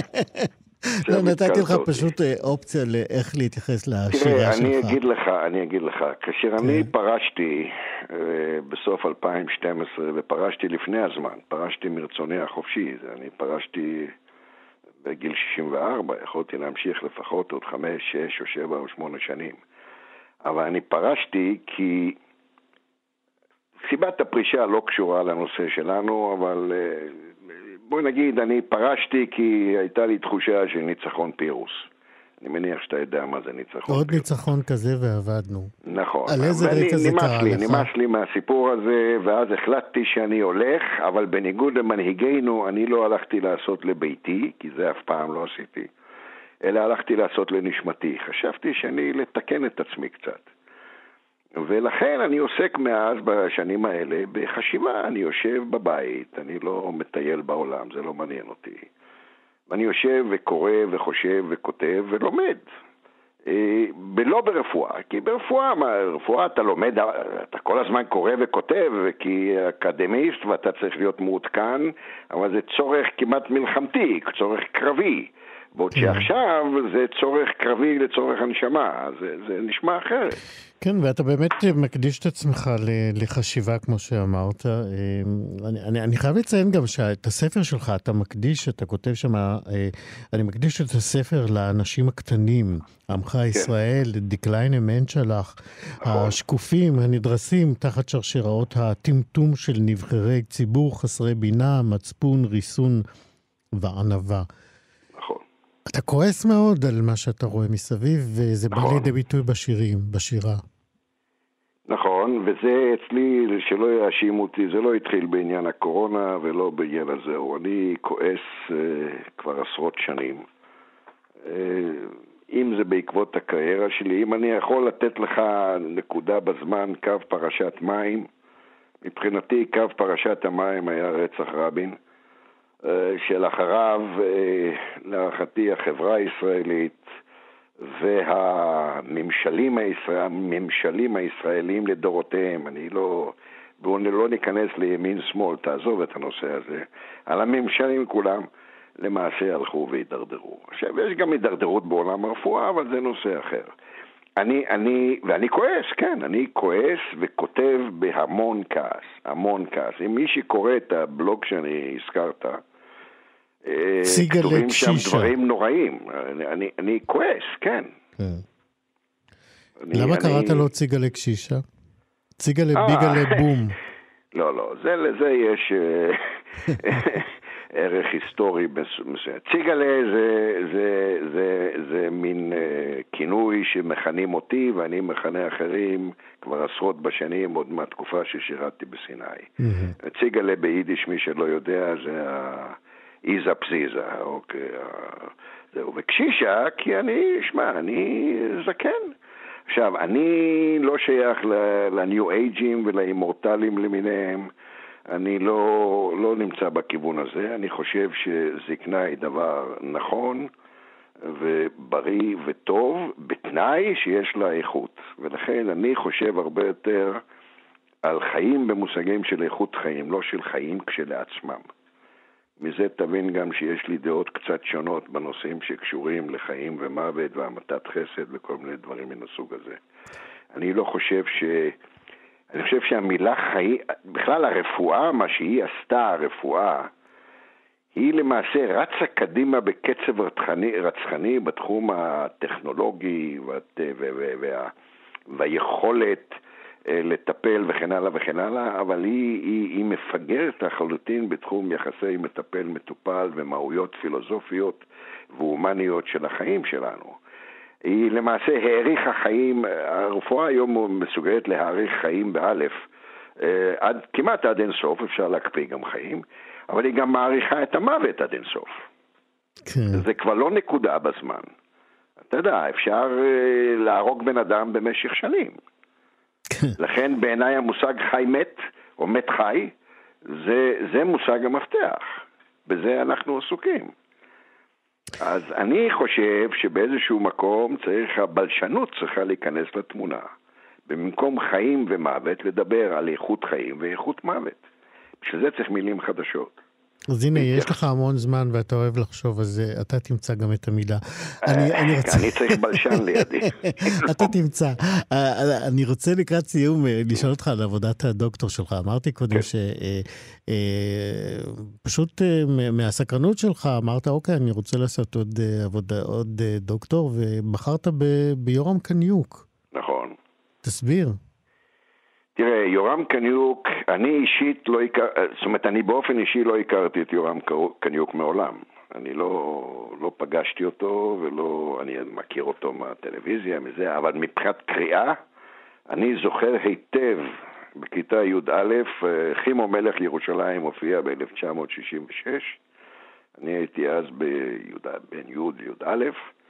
לא, נתתי לך פשוט אופציה לאיך להתייחס לשירה שלך. תראה, אני אגיד לך, אני אגיד לך, כאשר אני פרשתי בסוף אלפיים ושתים עשרה, ופרשתי לפני הזמן, פרשתי מרצוני החופשי, אני פרשתי בגיל שישים וארבע, יכולתי להמשיך לפחות עוד חמש, שש או שבע או שמונה שנים. אבל אני פרשתי כי סיבת הפרישה לא קשורה לנושא שלנו, אבל בוא נגיד, אני פרשתי כי הייתה לי תחושה של ניצחון פירוס. אני מניח שאתה יודע מה זה ניצחון. עוד ניצחון כזה ועבדנו. נכון. על איזה רקע זה קרה לך? נמאס לי מהסיפור הזה, ואז החלטתי שאני הולך, אבל בניגוד למנהיגינו, אני לא הלכתי לעשות לביתי, כי זה אף פעם לא עשיתי, אלא הלכתי לעשות לנשמתי. חשבתי שאני לתקן את עצמי קצת. ולכן אני עוסק מאז בשנים האלה בחשיבה, אני יושב בבית, אני לא מטייל בעולם, זה לא מעניין אותי. ואני יושב וקורא וחושב וכותב ולומד. ולא ברפואה, כי ברפואה, ברפואה אתה לומד, אתה כל הזמן קורא וכותב, כי אקדמיסט ואתה צריך להיות מעודכן, אבל זה צורך כמעט מלחמתי, צורך קרבי. בעוד שעכשיו זה צורך קרבי לצורך הנשמה, זה, זה נשמע אחרת. כן, ואתה באמת מקדיש את עצמך לחשיבה, כמו שאמרת. אני, אני, אני חייב לציין גם שאת הספר שלך, אתה מקדיש, אתה כותב שם, אני מקדיש את הספר לאנשים הקטנים, עמך ישראל, דקליין מנצ'לח, השקופים, הנדרסים תחת שרשראות הטמטום של נבחרי ציבור, חסרי בינה, מצפון, ריסון וענווה. אתה כועס מאוד על מה שאתה רואה מסביב, וזה נכון. בא לידי ביטוי בשירים, בשירה. נכון, וזה אצלי, שלא יאשימו אותי, זה לא התחיל בעניין הקורונה ולא בעניין הזה. אני כועס uh, כבר עשרות שנים. Uh, אם זה בעקבות הקריירה שלי, אם אני יכול לתת לך נקודה בזמן, קו פרשת מים, מבחינתי קו פרשת המים היה רצח רבין. שלאחריו, להערכתי, החברה הישראלית והממשלים הישראל, הממשלים הישראלים לדורותיהם, אני לא, בואו לא ניכנס לימין שמאל, תעזוב את הנושא הזה, על הממשלים כולם למעשה הלכו והידרדרו. עכשיו, יש גם הידרדרות בעולם הרפואה, אבל זה נושא אחר. אני, אני, ואני כועס, כן, אני כועס וכותב בהמון כעס, המון כעס. אם מי שקורא את הבלוג שאני הזכרת, כתובים שם דברים נוראים. אני, אני, אני כועס, כן. כן. אני, למה אני... קראת לו ציגלה קשישה? ציגלה ביגלה בום. לא, לא, זה, לזה יש ערך היסטורי מסוים. ציגלה זה, זה, זה, זה מין כינוי שמכנים אותי, ואני מכנה אחרים כבר עשרות בשנים, עוד מהתקופה ששירתי בסיני. ציגלה ביידיש, מי שלא יודע, זה ה... איזה פזיזה, אוקיי. זהו, וקשישה, כי אני, שמע, אני זקן. עכשיו, אני לא שייך לניו אייג'ים ולאימורטלים למיניהם. אני לא, לא נמצא בכיוון הזה. אני חושב שזקנה היא דבר נכון ובריא וטוב, בתנאי שיש לה איכות. ולכן אני חושב הרבה יותר על חיים במושגים של איכות חיים, לא של חיים כשלעצמם. מזה תבין גם שיש לי דעות קצת שונות בנושאים שקשורים לחיים ומוות והמתת חסד וכל מיני דברים מן הסוג הזה. אני לא חושב ש... אני חושב שהמילה חיים, בכלל הרפואה, מה שהיא עשתה, הרפואה, היא למעשה רצה קדימה בקצב רצחני, רצחני בתחום הטכנולוגי וה... וה... והיכולת לטפל וכן הלאה וכן הלאה, אבל היא, היא, היא מפגרת לחלוטין בתחום יחסי מטפל-מטופל ומהויות פילוסופיות והומניות של החיים שלנו. היא למעשה העריכה חיים, הרפואה היום מסוגלת להעריך חיים באלף, עד, כמעט עד אין סוף, אפשר להקפיא גם חיים, אבל היא גם מעריכה את המוות עד אין סוף. כן. זה כבר לא נקודה בזמן. אתה יודע, אפשר להרוג בן אדם במשך שנים. לכן בעיניי המושג חי מת או מת חי זה, זה מושג המפתח, בזה אנחנו עסוקים. אז אני חושב שבאיזשהו מקום צריך, הבלשנות צריכה להיכנס לתמונה, במקום חיים ומוות לדבר על איכות חיים ואיכות מוות. בשביל זה צריך מילים חדשות. אז הנה, יש לך המון זמן ואתה אוהב לחשוב, אז אתה תמצא גם את המילה. אני צריך בלשן לידי. אתה תמצא. אני רוצה לקראת סיום לשאול אותך על עבודת הדוקטור שלך. אמרתי קודם שפשוט מהסקרנות שלך אמרת, אוקיי, אני רוצה לעשות עוד דוקטור, ובחרת ביורם קניוק. נכון. תסביר. תראה, יורם קניוק, אני אישית לא הכר, זאת אומרת, אני באופן אישי לא הכרתי את יורם קניוק מעולם. אני לא, לא פגשתי אותו ולא, אני מכיר אותו מהטלוויזיה, מזה, אבל מבחינת קריאה, אני זוכר היטב בכיתה י' א', חימו מלך לירושלים הופיע ב-אלף תשע מאות שישים ושש, אני הייתי אז בין י' י' א',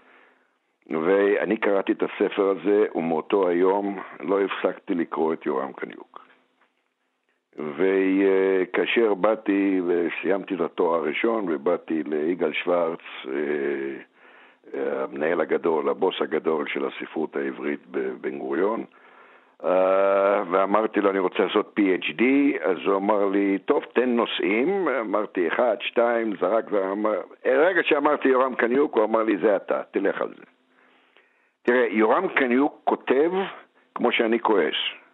ואני קראתי את הספר הזה, ומאותו היום לא הפסקתי לקרוא את יורם קניוק. וכאשר באתי וסיימתי את התואר הראשון, ובאתי ליגאל שוורץ המנהל הגדול, הבוס הגדול של הספרות העברית בבן גוריון, ואמרתי לו, אני רוצה לעשות פי אייץ' די, אז הוא אמר לי, טוב, תן נושאים, אמרתי, אחד, שתיים, זרק, ואמר, רגע שאמרתי יורם קניוק, הוא אמר לי, זה אתה, תלך על זה. תראה, יורם קניוק כותב כמו שאני כועס.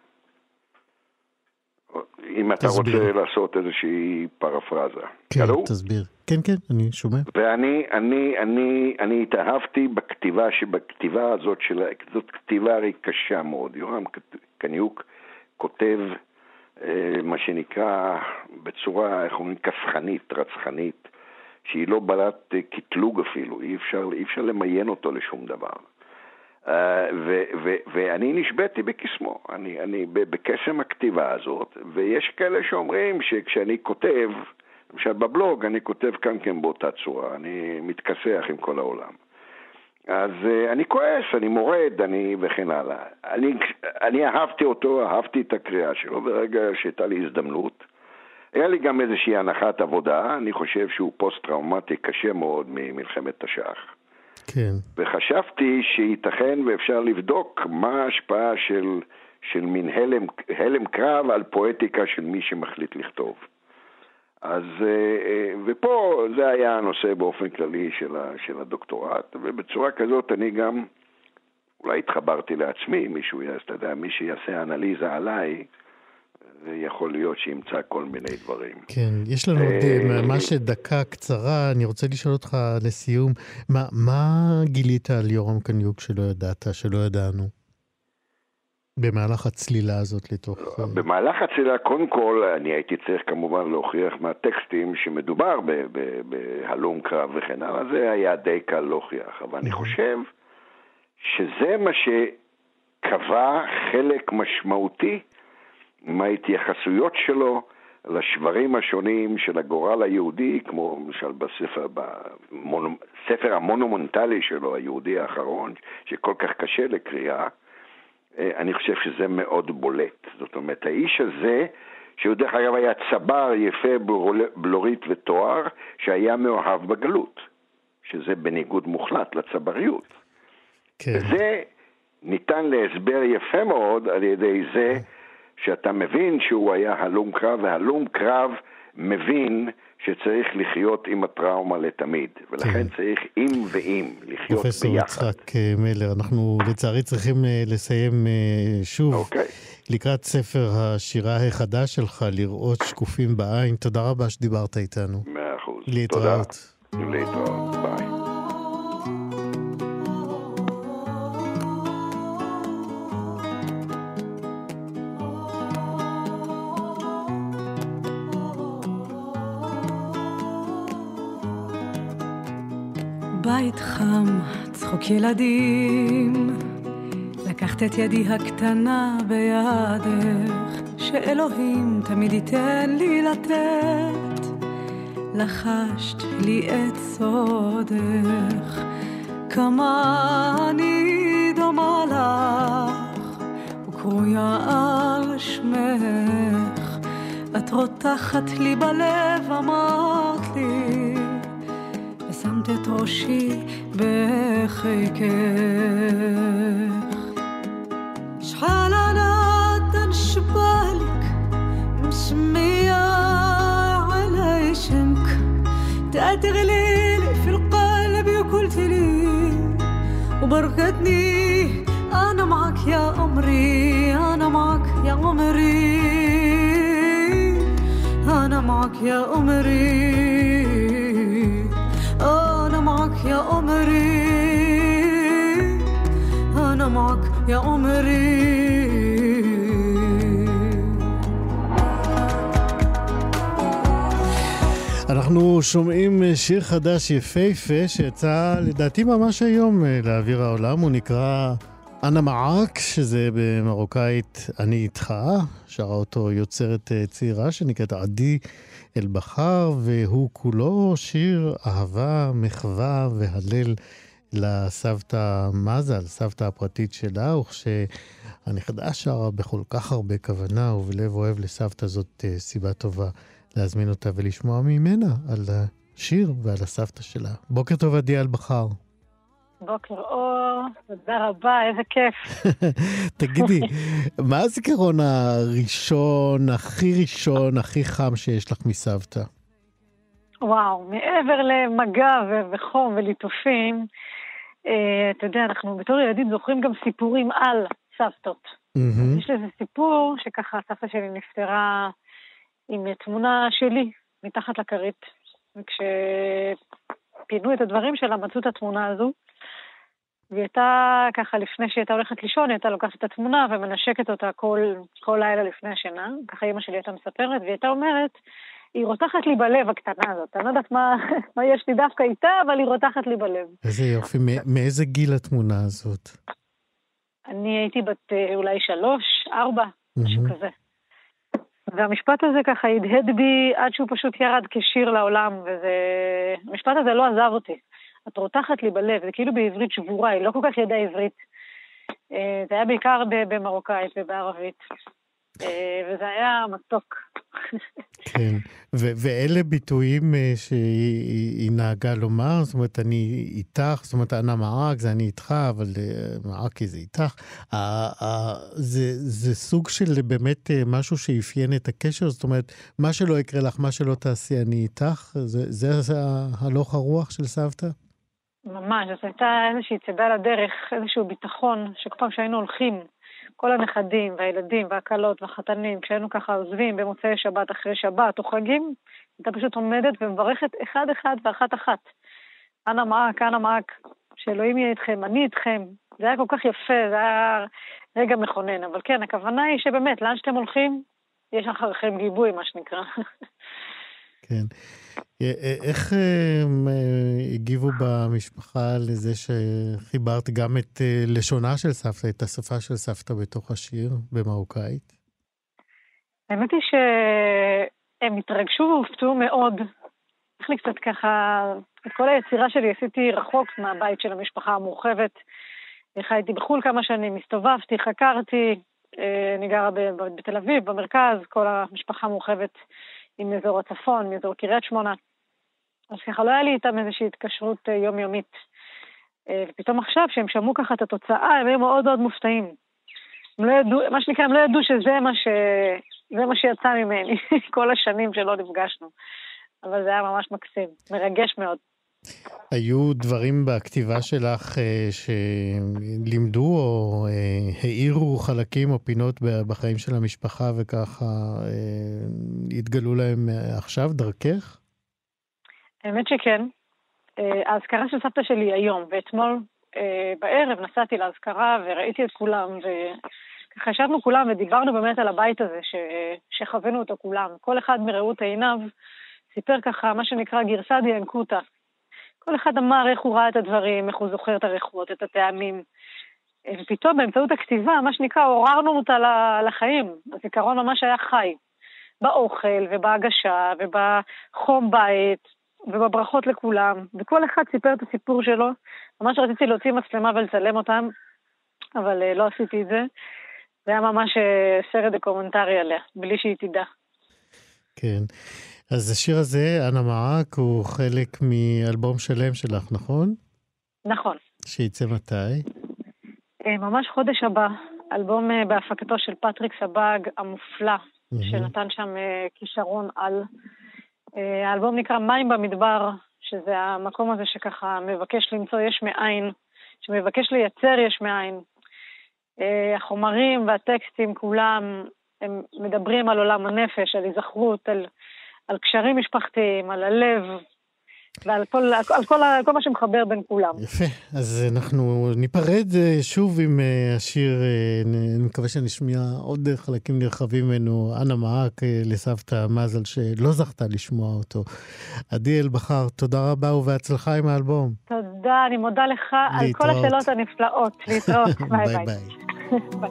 אם אתה תסביר. רוצה לעשות איזושהי פרפרזה. כן, קלו? תסביר. כן, כן, אני שומע. ואני, אני, אני, אני התאהבתי בכתיבה, שבכתיבה הזאת שלה, זאת כתיבה הרי קשה מאוד. יורם קניוק כותב אה, מה שנקרא בצורה, איך אומרים, כסחנית, רצחנית, שהיא לא בעלת קטלוג אפילו, אי אפשר, אי אפשר למיין אותו לשום דבר. Uh, ו- ו- ואני נשבעתי בקסמו, אני, אני בקסם הכתיבה הזאת, ויש כאלה שאומרים שכשאני כותב, למשל בבלוג, אני כותב כאן כן באותה צורה, אני מתכסח עם כל העולם. אז uh, אני כועס, אני מורד, אני וכן הלאה. אני, אני אהבתי אותו, אהבתי את הקריאה שלו, ברגע שהייתה לי הזדמנות. היה לי גם איזושהי הנחת עבודה, אני חושב שהוא פוסט-טראומטי קשה מאוד ממלחמת תש"ח. כן. וחשבתי שייתכן ואפשר לבדוק מה ההשפעה של, של מין הלם, הלם קרב על פואטיקה של מי שמחליט לכתוב. אז, ופה זה היה הנושא באופן כללי של, ה, של הדוקטורט, ובצורה כזאת אני גם, אולי התחברתי לעצמי, מישהו, אתה יודע, מי שיעשה אנליזה עליי, יכול להיות שימצא כל מיני דברים. כן, יש לנו עוד ממש דקה קצרה, אני רוצה לשאול אותך לסיום, מה, מה גילית על יורם קניוק שלא ידעת, שלא ידענו? במהלך הצלילה הזאת לתוך... במהלך הצלילה, קודם כל, אני הייתי צריך כמובן להוכיח מהטקסטים שמדובר בהלום קרב וכן הלאה, זה היה די קל להוכיח, אבל אני חושב שזה מה שקבע חלק משמעותי מההתייחסויות שלו לשברים השונים של הגורל היהודי, כמו למשל בספר, בספר המונומנטלי שלו, היהודי האחרון, שכל כך קשה לקריאה, אני חושב שזה מאוד בולט. זאת אומרת, האיש הזה, שהוא דרך אגב היה צבר יפה בלורית ותואר, שהיה מאוהב בגלות, שזה בניגוד מוחלט לצבריות. כן. וזה ניתן להסבר יפה מאוד על ידי זה, שאתה מבין שהוא היה הלום קרב, והלום קרב מבין שצריך לחיות עם הטראומה לתמיד, ולכן צריך עם ועם לחיות ביחד. פרופסור יצחק מלר, אנחנו לצערי צריכים לסיים שוב. אוקיי. לקראת ספר השירה החדש שלך, לראות שקופים בעין. תודה רבה שדיברת איתנו. מאה אחוז. להתראות. תודה. להתראות. ביי. בית חם, צחוק ילדים, לקחת את ידי הקטנה בידך, שאלוהים תמיד ייתן לי לתת, לחשת לי את סודך, כמה אני דומה לך, וקרויה על שמך, את רותחת לי בלב, אמרת לי, שמת את ראשי בחיקך شحال تنشبالك مسمية على اسمك تغلي في القلب وقلت لي وبركتني أنا معك يا عمري أنا معك يا عمري أنا معك يا عمري أنا معك يا عمري أنا معك يا عمري אנחנו שומעים שיר חדש יפהפה שיצא לדעתי ממש היום לאוויר העולם, הוא נקרא אנה מעק, שזה במרוקאית אני איתך, שרה אותו יוצרת צעירה שנקראת עדי אל בחר, והוא כולו שיר אהבה, מחווה והלל לסבתא מזל, סבתא הפרטית שלה, וכשהנכדה שרה בכל כך הרבה כוונה ובלב אוהב לסבתא, זאת סיבה טובה להזמין אותה ולשמוע ממנה על השיר ועל הסבתא שלה. בוקר טוב עדי אל בחר. בוקר אור, תודה רבה, איזה כיף. תגידי, מה הזיכרון הראשון, הכי ראשון, הכי חם שיש לך מסבתא? וואו, מעבר למגע ו- וחום וליטופים, אה, אתה יודע, אנחנו בתור ילדים זוכרים גם סיפורים על סבתות. Mm-hmm. יש לזה סיפור שככה סבתא שלי נפטרה עם תמונה שלי מתחת לכרית, וכשפינו את הדברים שלה מצאו את התמונה הזו, והיא הייתה ככה לפני שהיא הייתה הולכת לישון, היא הייתה לוקחת את התמונה ומנשקת אותה כל, כל לילה לפני השינה, ככה אמא שלי הייתה מספרת, והיא הייתה אומרת, היא רותחת לי בלב הקטנה הזאת, אני לא יודעת מה, מה יש לי דווקא איתה, אבל היא רותחת לי בלב. איזה יופי, מאיזה גיל התמונה הזאת? אני הייתי בת אולי שלוש, ארבע, משהו כזה. והמשפט הזה ככה הדהד בי עד שהוא פשוט ירד כשיר לעולם, והמשפט הזה לא עזב אותי. את רותחת לי בלב, זה כאילו בעברית שבורה, היא לא כל כך ידעה עברית. זה היה בעיקר במרוקאית ובערבית. וזה היה מתוק. כן, ואלה ביטויים שהיא נהגה לומר, זאת אומרת, אני איתך, זאת אומרת, אנה מעק, זה אני איתך, אבל מעקי זה איתך. זה סוג של באמת משהו שאפיין את הקשר, זאת אומרת, מה שלא יקרה לך, מה שלא תעשי, אני איתך, זה הלוך הרוח של סבתא? ממש, זאת הייתה איזושהי צידה לדרך, איזשהו ביטחון, שכל פעם שהיינו הולכים, כל הנכדים והילדים והקלות והחתנים, כשהיינו ככה עוזבים במוצאי שבת אחרי שבת או חגים, הייתה פשוט עומדת ומברכת אחד אחד ואחת אחת. אנה מעק, אנה מעק, שאלוהים יהיה איתכם, אני איתכם. זה היה כל כך יפה, זה היה רגע מכונן. אבל כן, הכוונה היא שבאמת, לאן שאתם הולכים, יש אחריכם גיבוי, מה שנקרא. כן. איך הגיבו במשפחה לזה שחיברת גם את לשונה של סבתא, את השפה של סבתא בתוך השיר במרוקאית? האמת היא שהם התרגשו והופתעו מאוד. איך לי קצת ככה, את כל היצירה שלי עשיתי רחוק מהבית של המשפחה המורחבת. חייתי בחול כמה שנים, הסתובבתי, חקרתי, אני גרה בתל אביב, במרכז, כל המשפחה המורחבת עם אזור הצפון, מאזור קריית שמונה. אז ככה לא היה לי איתם איזושהי התקשרות יומיומית. ופתאום עכשיו, שהם שמעו ככה את התוצאה, הם היו מאוד מאוד מופתעים. הם לא ידעו, מה שנקרא, הם לא ידעו שזה מה, ש... זה מה שיצא ממני, כל השנים שלא נפגשנו. אבל זה היה ממש מקסים, מרגש מאוד. היו דברים בכתיבה שלך שלימדו או העירו חלקים או פינות בחיים של המשפחה וככה התגלו להם עכשיו דרכך? האמת שכן. ההזכרה של סבתא שלי היום, ואתמול בערב נסעתי להזכרה וראיתי את כולם, וככה ישבנו כולם ודיברנו באמת על הבית הזה ש... שחווינו אותו כולם. כל אחד מראות עיניו סיפר ככה מה שנקרא גרסא דיאנקותא. כל אחד אמר איך הוא ראה את הדברים, איך הוא זוכר את הריחות, את הטעמים. ופתאום באמצעות הכתיבה, מה שנקרא, עוררנו אותה לחיים. הזיכרון ממש היה חי. באוכל ובהגשה ובחום בית ובברכות לכולם. וכל אחד סיפר את הסיפור שלו. ממש רציתי להוציא מצלמה ולצלם אותם, אבל לא עשיתי את זה. זה היה ממש סרט דוקומנטרי עליה, בלי שהיא תדע. כן. אז השיר הזה, אנה מעק, הוא חלק מאלבום שלם שלך, נכון? נכון. שיצא מתי? ממש חודש הבא, אלבום בהפקתו של פטריק סבג המופלא, mm-hmm. שנתן שם כישרון על. האלבום נקרא מים במדבר, שזה המקום הזה שככה מבקש למצוא יש מאין, שמבקש לייצר יש מאין. החומרים והטקסטים כולם, הם מדברים על עולם הנפש, על היזכרות, על... על קשרים משפחתיים, על הלב, ועל כל, על כל, כל מה שמחבר בין כולם. יפה, אז אנחנו ניפרד שוב עם השיר, אני מקווה שנשמיע עוד חלקים נרחבים ממנו, אנה מעק לסבתא מזל שלא זכתה לשמוע אותו. עדי אלבחר, תודה רבה ובהצלחה עם האלבום. תודה, אני מודה לך על כל השאלות הנפלאות. להתראות, ביי ביי. ביי.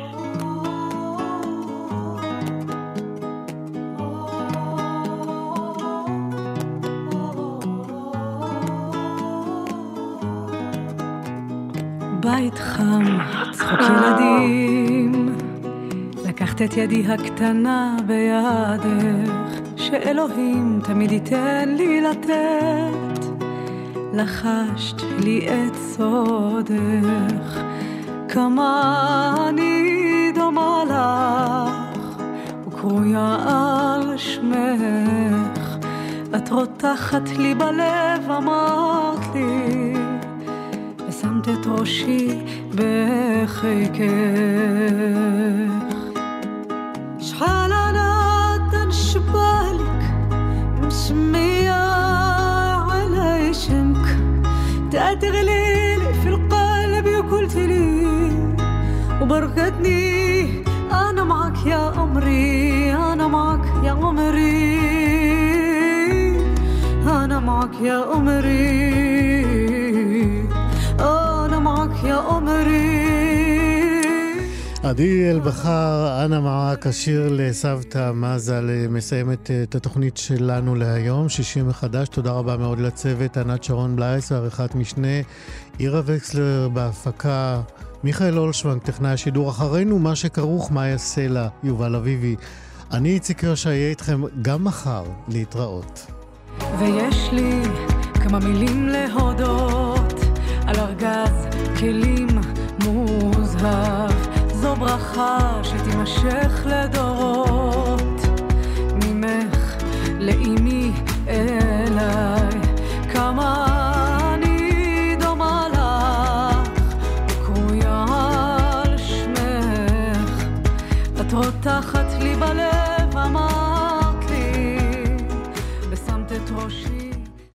בית חם, צחוק ילדים, לקחת את ידי הקטנה בידך, שאלוהים תמיד ייתן לי לתת, לחשת לי את סודך, כמה אני דומה לך וקרויה על שמך. את רותחת לי בלב, אמרת לי, ושמת את ראשי בחיקך. شحال انا تنشبالك مسمية على اسمك، تغليلي في القلب وقلت لي وبركتني انا معك يا عمري، انا معك يا عمري، انا معك يا عمري، انا معك يا عمري. עדי אלבחר, אנה מעק, השיר לסבתא מזל, מסיימת את התוכנית שלנו להיום, שישי מחדש. תודה רבה מאוד לצוות, ענת שרון בלייס ועריכת משנה, אירה וקסלר בהפקה, מיכאל אולשוונג, טכנאי השידור. אחרינו מה שכרוך, מאיה סלע, יובל אביבי. אני איציק יושע, אהיה איתכם גם מחר, להתראות. ויש לי כמה מילים להודות על ארגז כלים מוזהב, זו ברכה שתימשך לדורות, ממך לאמי אליי, כמה אני דומה לך וקרויה על שמך. את רותחת לי בלב,